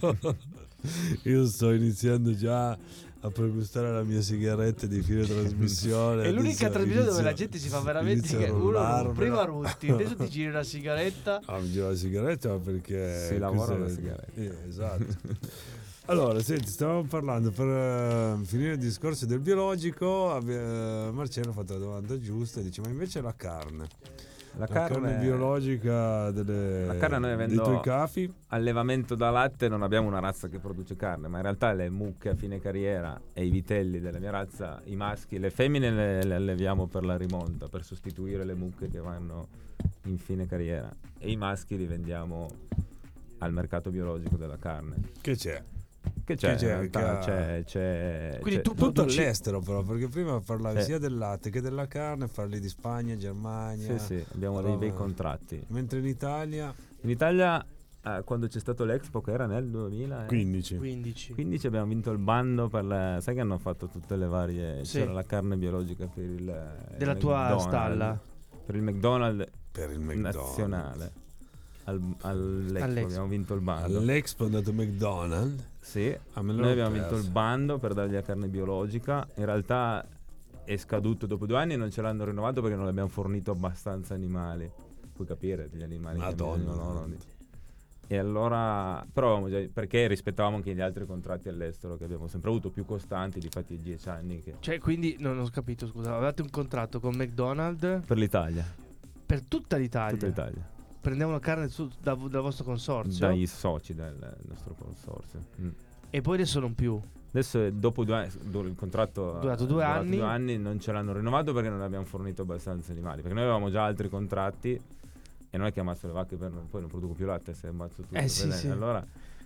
Io sto iniziando già a pregustare la mia sigaretta di fine trasmissione. È l'unica Adesso trasmissione dove inizio- la gente si fa veramente inizio a che uno rullarmela. prima rutti, adesso ti giri una sigaretta. Ah, mi giro la sigaretta perché Si lavora cos'è? la sigaretta. Eh, esatto. Allora, senti, stavamo parlando per eh, finire il discorso del biologico. ave- eh, Marcello ha fatto la domanda giusta e dice: ma invece la carne? La La carne, carne, biologica delle, La carne noi dei avendo- tuoi cafi? allevamento da latte non abbiamo una razza che produce carne, ma in realtà le mucche a fine carriera e i vitelli della mia razza, i maschi, le femmine le, le alleviamo per la rimonta, per sostituire le mucche che vanno in fine carriera, e i maschi li vendiamo al mercato biologico della carne. Che c'è? Che c'è? Che c'è? in realtà Che- c'è, c'è, Quindi c'è- tu Tutto produci- all'estero però, perché prima parlavi Sì. sia del latte che della carne, parli di Spagna, Germania. Sì, sì, abbiamo Però- dei bei contratti. Mentre in Italia In Italia, eh, quando c'è stato l'Expo, che era nel duemilaquindici, quindici. abbiamo vinto il bando per le... Sai che hanno fatto tutte le varie... Sì. C'era la carne biologica per il... il Della tua McDonald's, stalla. Per il McDonald's Per il McDonald's. nazionale. al, all'Expo, All'Expo. abbiamo vinto il bando. All'Expo è andato McDonald's. Sì, Ah, me l'ero noi abbiamo perso. vinto il bando per dargli la carne biologica. In realtà è scaduto dopo due anni e non ce l'hanno rinnovato perché non abbiamo fornito abbastanza animali. Puoi capire gli animali Madonna. che abbiamo, no, no, no. E allora, però avevamo già- perché rispettavamo anche gli altri contratti all'estero che abbiamo sempre avuto, più costanti, difatti dieci anni che Cioè, quindi non ho capito, scusa, avevate un contratto con McDonald's per l'Italia, per tutta l'Italia. tutta l'Italia, Prendevano carne su- da- dal vostro consorzio. dai soci del nostro consorzio. Mm. E poi adesso non più. Adesso è dopo due anni, do- il contratto Durato è due anni. due anni, non ce l'hanno rinnovato perché non abbiamo fornito abbastanza animali, perché noi avevamo già altri contratti e non è che ammazzo le vacche per non, poi non produco più latte se ammazzo tutto. Eh, sì, bene. sì. Allora,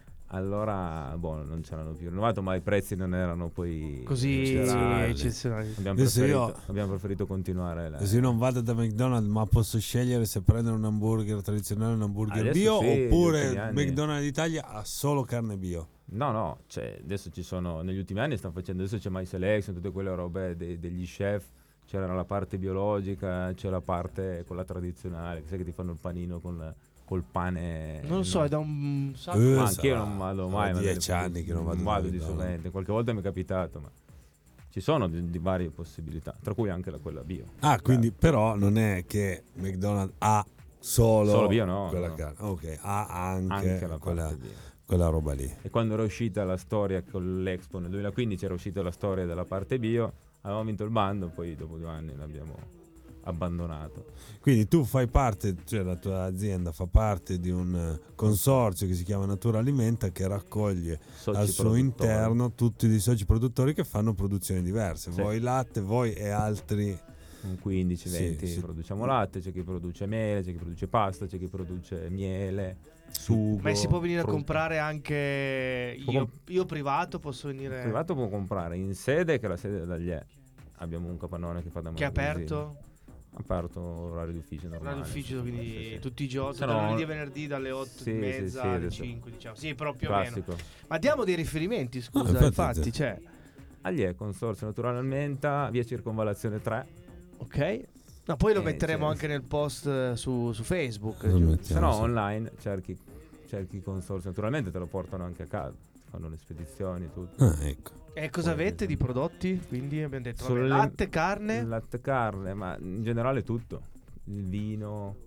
allora boh, non ce l'hanno più rinnovato, ma i prezzi non erano poi Così eccezionali. eccezionali. Abbiamo Adesso preferito, io- abbiamo preferito continuare la, Se io non vado da McDonald's, ma posso scegliere se prendere un hamburger tradizionale o un hamburger Adesso bio, sì, negli ultimi oppure anni. McDonald's Italia ha solo carne bio. No, no, cioè, adesso ci sono, negli ultimi anni stanno facendo, adesso c'è My Selection, tutte quelle robe de- degli chef, c'era la parte biologica, c'è la parte quella tradizionale, che sai che ti fanno il panino con, col pane. Non lo so, no. è da un sacco. Eh, Ma anche sarà- io non vado mai. sono ma dieci delle- anni che non vado non da vado di McDonald's. solamente, qualche volta mi è capitato, ma ci sono di, di varie possibilità, tra cui anche la quella bio. Ah, quindi Beh, però non è che McDonald's ha solo, Solo bio, no, quella no. carne. Ok, ha anche, anche la quella, parte bio. quella roba lì. E quando era uscita la storia con l'Expo nel duemilaquindici, era uscita la storia della parte bio, avevamo vinto il bando, poi dopo due anni l'abbiamo abbandonato. Quindi tu fai parte, cioè la tua azienda fa parte di un eh, consorzio che si chiama Natura Alimenta, che raccoglie Soci al suo produttori. interno tutti i soci produttori che fanno produzioni diverse. Sì. Voi latte, voi e altri. Un quindici venti Sì, sì. produciamo latte, c'è chi produce miele, c'è chi produce pasta, c'è chi produce miele, sugo. Ma si può venire frutta. a comprare anche Può io, comp- io privato posso venire Il privato può comprare in sede, che è la sede degli E. Abbiamo un capannone che fa da che è magazzino. aperto aperto orario di ufficio normale. l'ufficio, sì, quindi sì, sì. tutti i giorni, Se da no- lunedì a venerdì dalle otto Sì, e sì, mezza sì, alle adesso- cinque, diciamo. Sì, però più o meno. Classico. Ma diamo dei riferimenti, scusa, Ah, infatti, infatti, sì. cioè, Agli E, Consorzio Natura Alimenta, via Circonvallazione tre. ok? No, poi lo Eh, metteremo cioè- anche nel post eh, su, su Facebook. Lo giusto? mettiamo, Se no sì. online cerchi, cerchi Consorzio, naturalmente te lo portano anche a casa, fanno le spedizioni, tutto. Ah, ecco. E cosa Poi- avete di prodotti? Quindi abbiamo detto Solo vabbè, le- latte, carne, Latte, carne, ma in generale tutto. Il vino,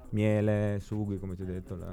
miele, sughi, come ti ho detto, la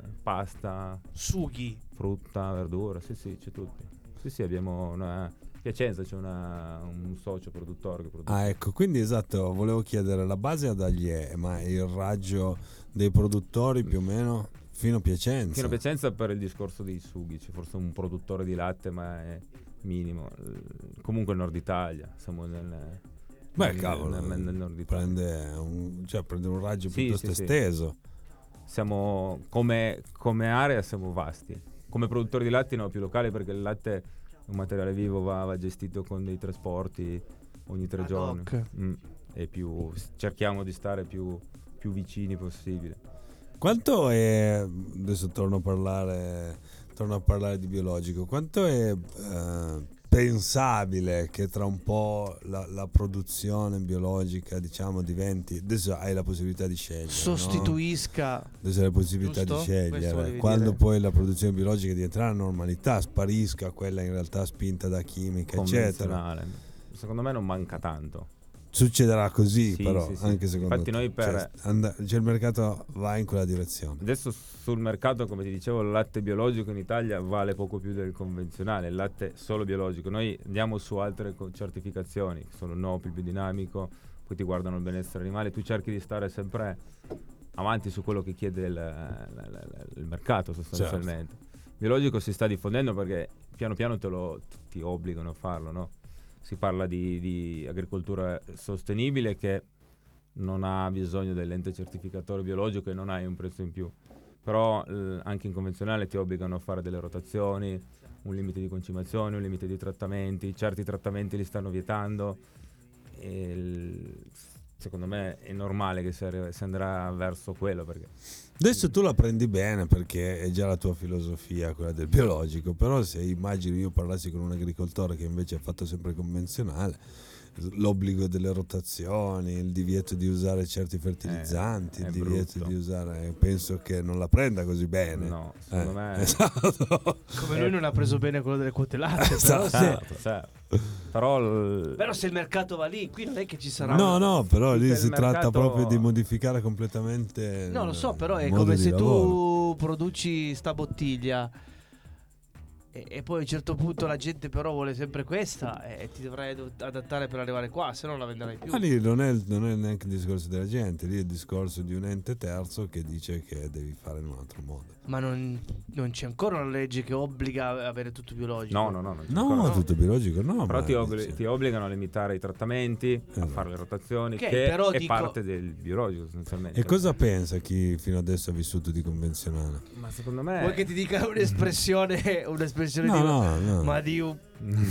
pasta, sughi. frutta, verdura, sì sì, c'è tutto. Sì sì, abbiamo una Piacenza, c'è una, un socio produttore che produce. Ah, ecco, quindi esatto, volevo chiedere la base ad Aglie, ma il raggio dei produttori più o meno fino a Piacenza. Fino a Piacenza per il discorso dei sughi, c'è forse un produttore di latte, ma è minimo. L- Comunque il Nord Italia, siamo nel, Beh, nel, cavolo, nel, nel Nord Italia. prende un, cioè, prende un raggio Sì, piuttosto sì, sì. esteso. Siamo come, come area siamo vasti. Come produttori di latte no, più locali, perché il latte è un materiale vivo, va, va gestito con dei trasporti ogni tre Ad giorni. hoc. Mm. E più cerchiamo di stare più, più vicini possibile. Quanto è, adesso torno a parlare, torno a parlare di biologico, quanto è eh, pensabile che tra un po' la, la produzione biologica, diciamo, diventi, adesso hai la possibilità di scegliere, no? Sostituisca. Adesso hai la possibilità Giusto? di Questo scegliere, volevi quando dire. poi la produzione biologica diventerà la normalità, sparisca quella in realtà spinta da chimica, eccetera. Convenzionale. Secondo me non manca tanto. Succederà così, Sì, però, sì, sì. anche secondo Infatti te. noi per- Cioè, and- cioè il mercato va in quella direzione. Adesso sul mercato, come ti dicevo, il latte biologico in Italia vale poco più del convenzionale, il latte solo biologico. Noi andiamo su altre co- certificazioni, che sono il Nopi, il biodinamico, poi ti guardano il benessere animale, tu cerchi di stare sempre avanti su quello che chiede il, la- la- la- il mercato sostanzialmente. Certo. Il biologico si sta diffondendo perché piano piano te lo, ti obbligano a farlo, no? Si parla di, di agricoltura sostenibile che non ha bisogno dell'ente certificatore biologico e non hai un prezzo in più. Però eh, anche in convenzionale ti obbligano a fare delle rotazioni, un limite di concimazione, un limite di trattamenti, certi trattamenti li stanno vietando. E il- secondo me è normale che si, arri- si andrà verso quello, perché Adesso tu la prendi bene perché è già la tua filosofia, quella del biologico, però se immagini io parlassi con un agricoltore che invece ha fatto sempre convenzionale, l'obbligo delle rotazioni, il divieto di usare certi fertilizzanti, Eh, è il divieto brutto. di usare, penso che non la prenda così bene. No, secondo Eh, me- esatto. Come lui non ha preso bene quello delle quote latte. Esatto. Però, se, Certo, certo. Però il- però se il mercato va lì, qui non è che ci sarà. No, no, però lì il si tratta mercato- proprio di modificare completamente. No, lo so, però è il modo come di se lavoro. tu produci sta bottiglia e, e poi a un certo punto la gente però vuole sempre questa e ti dovrai ad- adattare per arrivare qua, se no non la venderai più. Ma lì non è, non è neanche il discorso della gente, lì è il discorso di un ente terzo che dice che devi fare in un altro modo. Ma non, non c'è ancora una legge che obbliga a avere tutto biologico. No, no, no. non c'è No, ancora- tutto biologico, no. Però ma ti, obbli- dice- ti obbligano a limitare i trattamenti, a Esatto. fare le rotazioni, Ok, che però è dico- parte del biologico sostanzialmente. E cosa pensa chi fino adesso ha vissuto di convenzionale? Ma secondo me... Vuoi che ti dica un'espressione, un'espressione No, di no, no. ma di un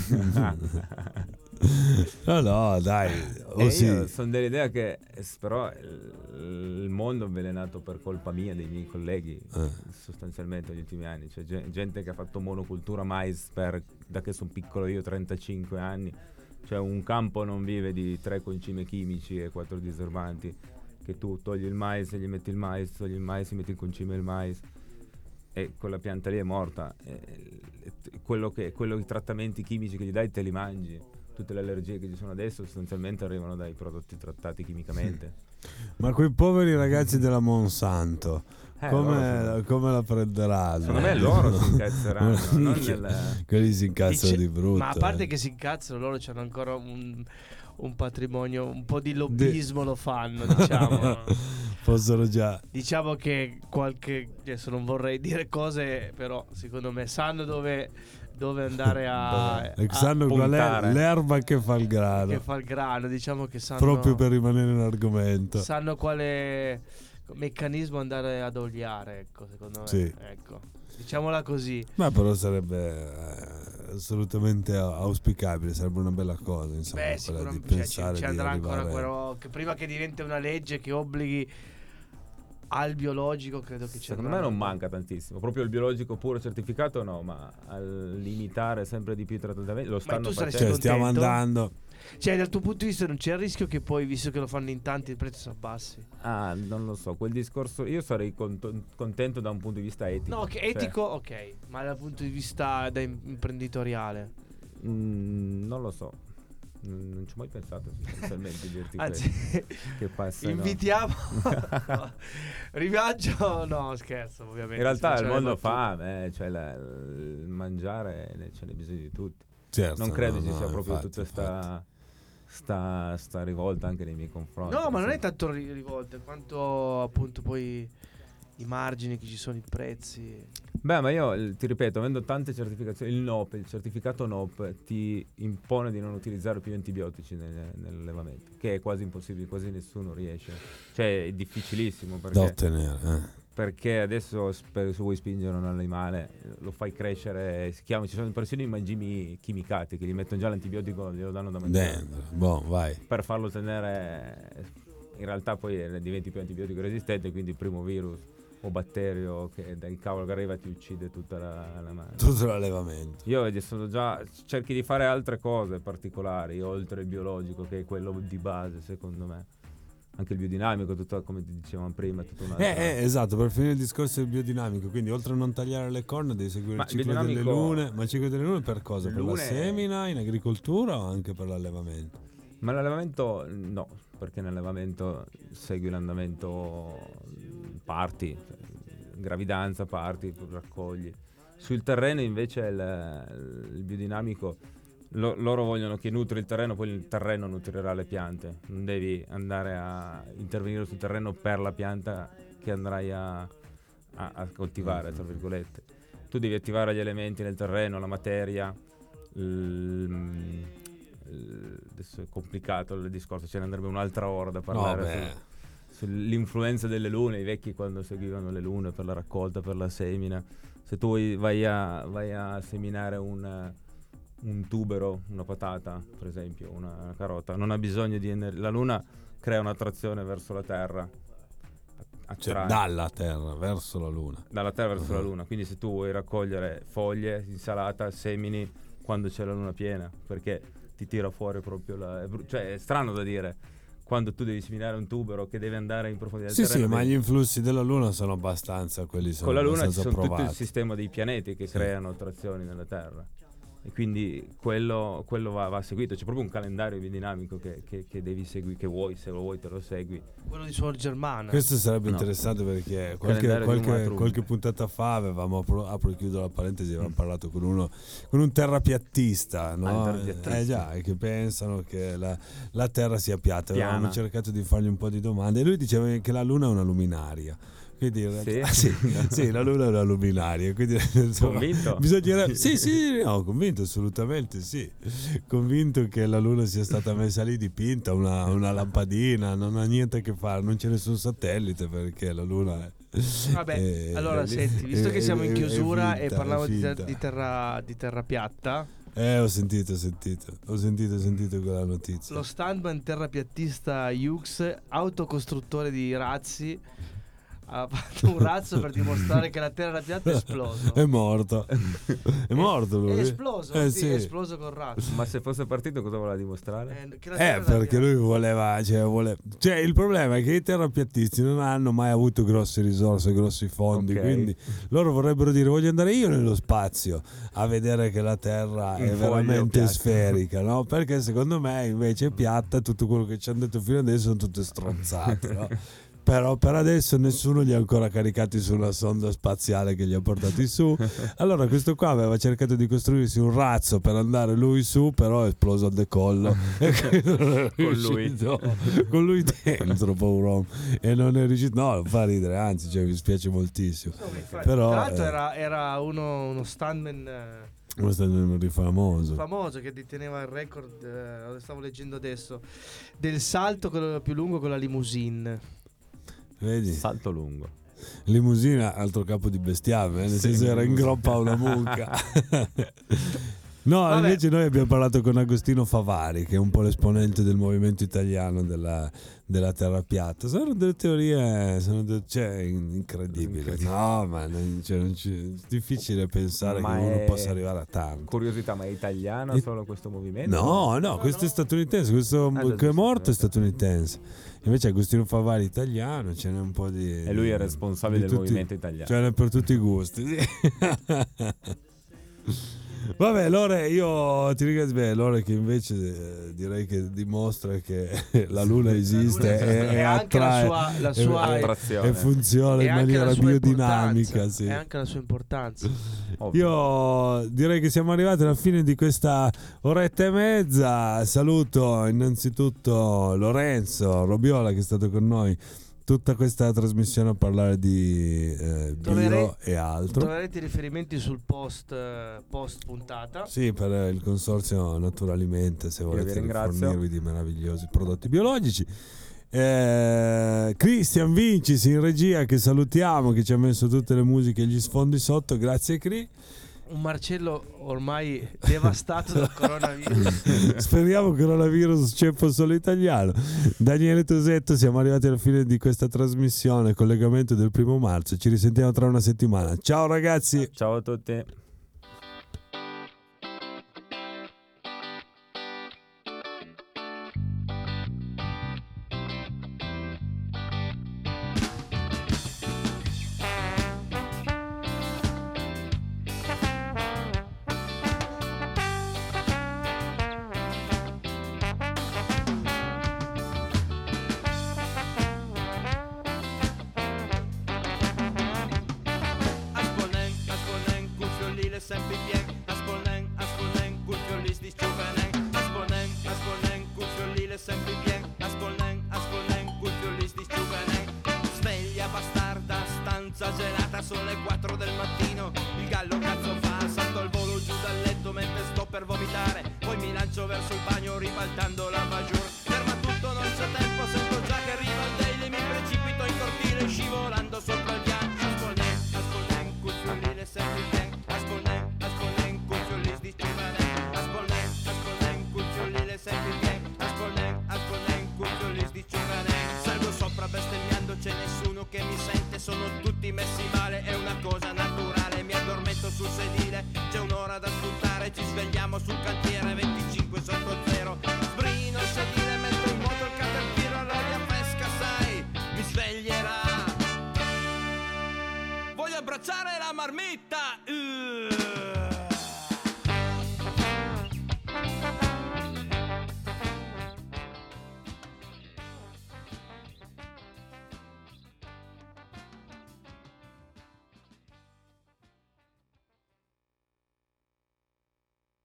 No, no, dai. E Oh, sì. io sono dell'idea che eh, però il, il mondo è avvelenato per colpa mia, dei miei colleghi, Eh. sostanzialmente negli ultimi anni. Cioè ge- gente che ha fatto monocultura mais per, da che sono piccolo io, trentacinque anni. Cioè un campo non vive di tre concime chimici e quattro diserbanti, che tu togli il mais e gli metti il mais, togli il mais e metti il concime del mais e quella pianta lì è morta. E, e t- quello che, quello, i trattamenti chimici che gli dai te li mangi. Tutte le allergie che ci sono adesso sostanzialmente arrivano dai prodotti trattati chimicamente. Ma quei poveri ragazzi della Monsanto, Eh, come, loro sono- come la prenderanno? Secondo me loro si incazzeranno, non Minchia, nel- quelli si incazzano Dice- di brutto. Ma a parte eh. che si incazzano, loro hanno ancora un, un patrimonio, un po' di lobbismo lo fanno, diciamo. Possono già. Diciamo che qualche, adesso non vorrei dire cose, però secondo me sanno dove, dove andare a, E a- sanno qual è puntare. l'erba che fa il grano. che fa il grano, diciamo che sanno, Proprio per rimanere in argomento. sanno quale meccanismo andare ad oliare, ecco, secondo me. Sì. Ecco. Diciamola così. Ma però sarebbe eh, assolutamente auspicabile, sarebbe una bella cosa, insomma, Beh, quella di sicuramente cioè, ci, pensare ci di andrà ancora arrivare- però, che prima che diventi una legge che obblighi al biologico, credo che ci Secondo andrà me non ancora. manca tantissimo. Proprio il biologico puro certificato no, ma al limitare sempre di più i trattamenti lo stanno tu saresti Cioè, facendo. stiamo contento? andando. Cioè, dal tuo punto di vista non c'è il rischio che poi, visto che lo fanno in tanti, il prezzo si abbassi? Ah, non lo so, quel discorso io sarei cont- contento da un punto di vista etico. No, che Cioè, etico, ok, ma dal punto di vista da im- imprenditoriale. mm, non lo so. Non, non ci ho mai pensato sostanzialmente di dirti Anzi, questo. Che passa. invitiamo Riviaggio, no scherzo ovviamente. In realtà si il faceva mondo le ha battute. fame, eh, cioè la- il mangiare ne- ce n'è bisogno di tutti. Certo, Non credo no, ci no, sia proprio infatti, tutta sta, sta, sta rivolta anche nei miei confronti. No, ma non è insomma. tanto ri- rivolte quanto appunto poi i margini che ci sono, i prezzi. Beh, ma io eh, ti ripeto, avendo tante certificazioni, il N O P, il certificato N O P ti impone di non utilizzare più antibiotici nel- nell'allevamento, che è quasi impossibile, quasi nessuno riesce. Cioè è difficilissimo da perché, ottenere. eh. perché adesso sp- se vuoi spingere un animale lo fai crescere, si chiama, ci sono persino i mangimi chimicati che gli mettono già l'antibiotico, glielo danno da mangiare. Dentro. Boh, vai. Per farlo tenere, in realtà poi eh, diventi più antibiotico resistente, quindi il primo virus o batterio che dal cavolo che arriva ti uccide tutta la, la mano. Tutto l'allevamento. Io adesso sono già cerchi di fare altre cose particolari oltre il biologico, che è quello di base secondo me. Anche il biodinamico, tutto come ti dicevamo prima, tutto un altro. Eh, eh, esatto, per finire il discorso del biodinamico, quindi oltre a non tagliare le corna devi seguire Ma il ciclo il delle biodinamico- lune. Ma il ciclo delle lune per cosa? Per la Lune- semina, in agricoltura o anche per l'allevamento? Ma l'allevamento no, perché nell'allevamento segui l'andamento, parti, cioè, gravidanza, parti, raccogli. Sul terreno invece il, il biodinamico, lo- loro vogliono che nutri il terreno, poi il terreno nutrirà le piante. Non devi andare a intervenire sul terreno per la pianta che andrai a, a- a coltivare, tra virgolette. Tu devi attivare gli elementi nel terreno, la materia. il- il- adesso è complicato il discorso, ce ne andrebbe un'altra ora da parlare No, beh. su- sull'influenza delle lune. I vecchi quando seguivano le lune per la raccolta, per la semina, se tu vai a, vai a seminare un, un tubero, una patata per esempio, una, una carota, non ha bisogno di ener- la luna crea un'attrazione verso la terra, Cioè attrae dalla terra verso la luna. dalla terra verso Uh-huh. la luna. Quindi se tu vuoi raccogliere foglie, insalata, semini quando c'è la luna piena, perché ti tira fuori proprio la, è bru- cioè è strano da dire quando tu devi seminare un tubero che deve andare in profondità Sì, del terreno, sì, ma devi- gli influssi della Luna sono abbastanza, quelli sono con la Luna ci abbastanza sono tutto provati. il sistema dei pianeti che Sì. creano attrazioni nella Terra, e quindi quello, quello va, va seguito. C'è proprio un calendario biodinamico che, che, che devi seguire, che vuoi, se lo vuoi te lo segui. Quello di Suor Germana. Questo sarebbe No. interessante perché qualche, Calendario di qualche, Uma qualche Thurman. puntata fa avevamo, apro, apro e chiudo la parentesi, avevamo Mm. parlato con uno, con un terrapiattista, no? Ah, un terrapiattista. Eh già, che pensano che la, la Terra sia piatta. Piana. Avevamo cercato di fargli un po' di domande e lui diceva che la Luna è una luminaria. Quindi in realtà- Sì? sì, sì, la Luna è una luminaria. Quindi, insomma, Convinto? bisognerebbe- sì, sì, no, convinto, assolutamente sì. Convinto che la Luna sia stata messa lì dipinta, una, una lampadina, non ha niente a che fare, non c'è nessun satellite perché la Luna è. Vabbè, è- allora è- senti, visto è- che siamo in è- è chiusura finta, e parlavo è di, ter- finta. di terra, di terra piatta, Eh, ho sentito, ho sentito, ho sentito, ho sentito quella notizia. lo stuntman terrapiattista Hughes, autocostruttore di razzi, ha fatto un razzo per dimostrare che la terra era piatta, è esploso. È morto. È morto lui. È esploso, Eh, sì, sì. è esploso col razzo. Ma se fosse partito cosa voleva dimostrare? Eh, che la terra Eh, era perché piatta. lui voleva, cioè, vole- cioè, il problema è che i terrapiattisti non hanno mai avuto grosse risorse, grossi fondi, Ok. quindi loro vorrebbero dire voglio andare io nello spazio a vedere che la Terra In è foglio veramente piatta. sferica, no? Perché secondo me invece è piatta, tutto quello che ci hanno detto fino adesso sono tutte stronzate, no? Però per adesso nessuno li ha ancora caricati su una sonda spaziale che li ha portati su. Allora questo qua aveva cercato di costruirsi un razzo per andare lui su, però è esploso al decollo. Con lui. Con lui dentro, pover'uomo. E non è riuscito. No, non fa ridere, anzi, cioè, mi spiace moltissimo. Però, Tra l'altro eh, era, era uno, uno stuntman eh, uno stato di famoso. famoso che deteneva il record, eh, lo stavo leggendo adesso, del salto quello più lungo con la limousine. Vedi? Salto lungo. Limusina, altro capo di bestiame, eh, nel Sì, senso era in limusina. groppa a una mucca. No, Vabbè. invece noi abbiamo parlato con Agostino Favari, che è un po' l'esponente del movimento italiano della, della terra piatta. Sono delle teorie, sono de- cioè, in- incredibili. No, ma non, cioè, non ci- è difficile pensare Ma che uno è- possa arrivare a tanto. Curiosità, ma è italiano E- solo questo movimento? No, no, questo è statunitense, questo Ah, già, che è giusto, morto è giusto. statunitense. Invece Agostino Favari italiano, ce n'è un po' di... E lui è responsabile di del tutti- movimento italiano. Ce n'è per tutti i gusti, sì. Vabbè, Lore, io ti ringrazio. Beh, Lore che invece eh, direi che dimostra che la Luna esiste La Luna e, esiste. e E anche la attrae sua- la e- sua- e- Attrazione. e funziona E in anche maniera la sua biodinamica. importanza, Sì. e anche la sua importanza. Ovvio. Io direi che siamo arrivati alla fine di questa oretta e mezza. Saluto innanzitutto Lorenzo Robiola che è stato con noi tutta questa trasmissione a parlare di eh, bio Trovere- e altro. Troverete i riferimenti sul post, eh, post puntata. Sì, per il consorzio Naturalimente, se Io vi volete ringrazio. fornirvi di meravigliosi prodotti biologici. Eh, Christian Vincis in regia, che salutiamo, che ci ha messo tutte le musiche e gli sfondi sotto. Grazie Cri. Un Marcello ormai devastato dal coronavirus. Speriamo che il coronavirus ceppo solo italiano. Daniele Tosetto, siamo arrivati alla fine di questa trasmissione, collegamento del primo marzo. Ci risentiamo tra una settimana. Ciao ragazzi. Ciao a tutti. Asponen, asponen, kulturlille sempre bien. Asponen, asponen, kulturlistisk juvenen. Asponen, asponen, kulturlille sempre bien. Asponen, asponen, kulturlistisk juvenen. Sveglia bastarda, stanza gelata, sono le quattro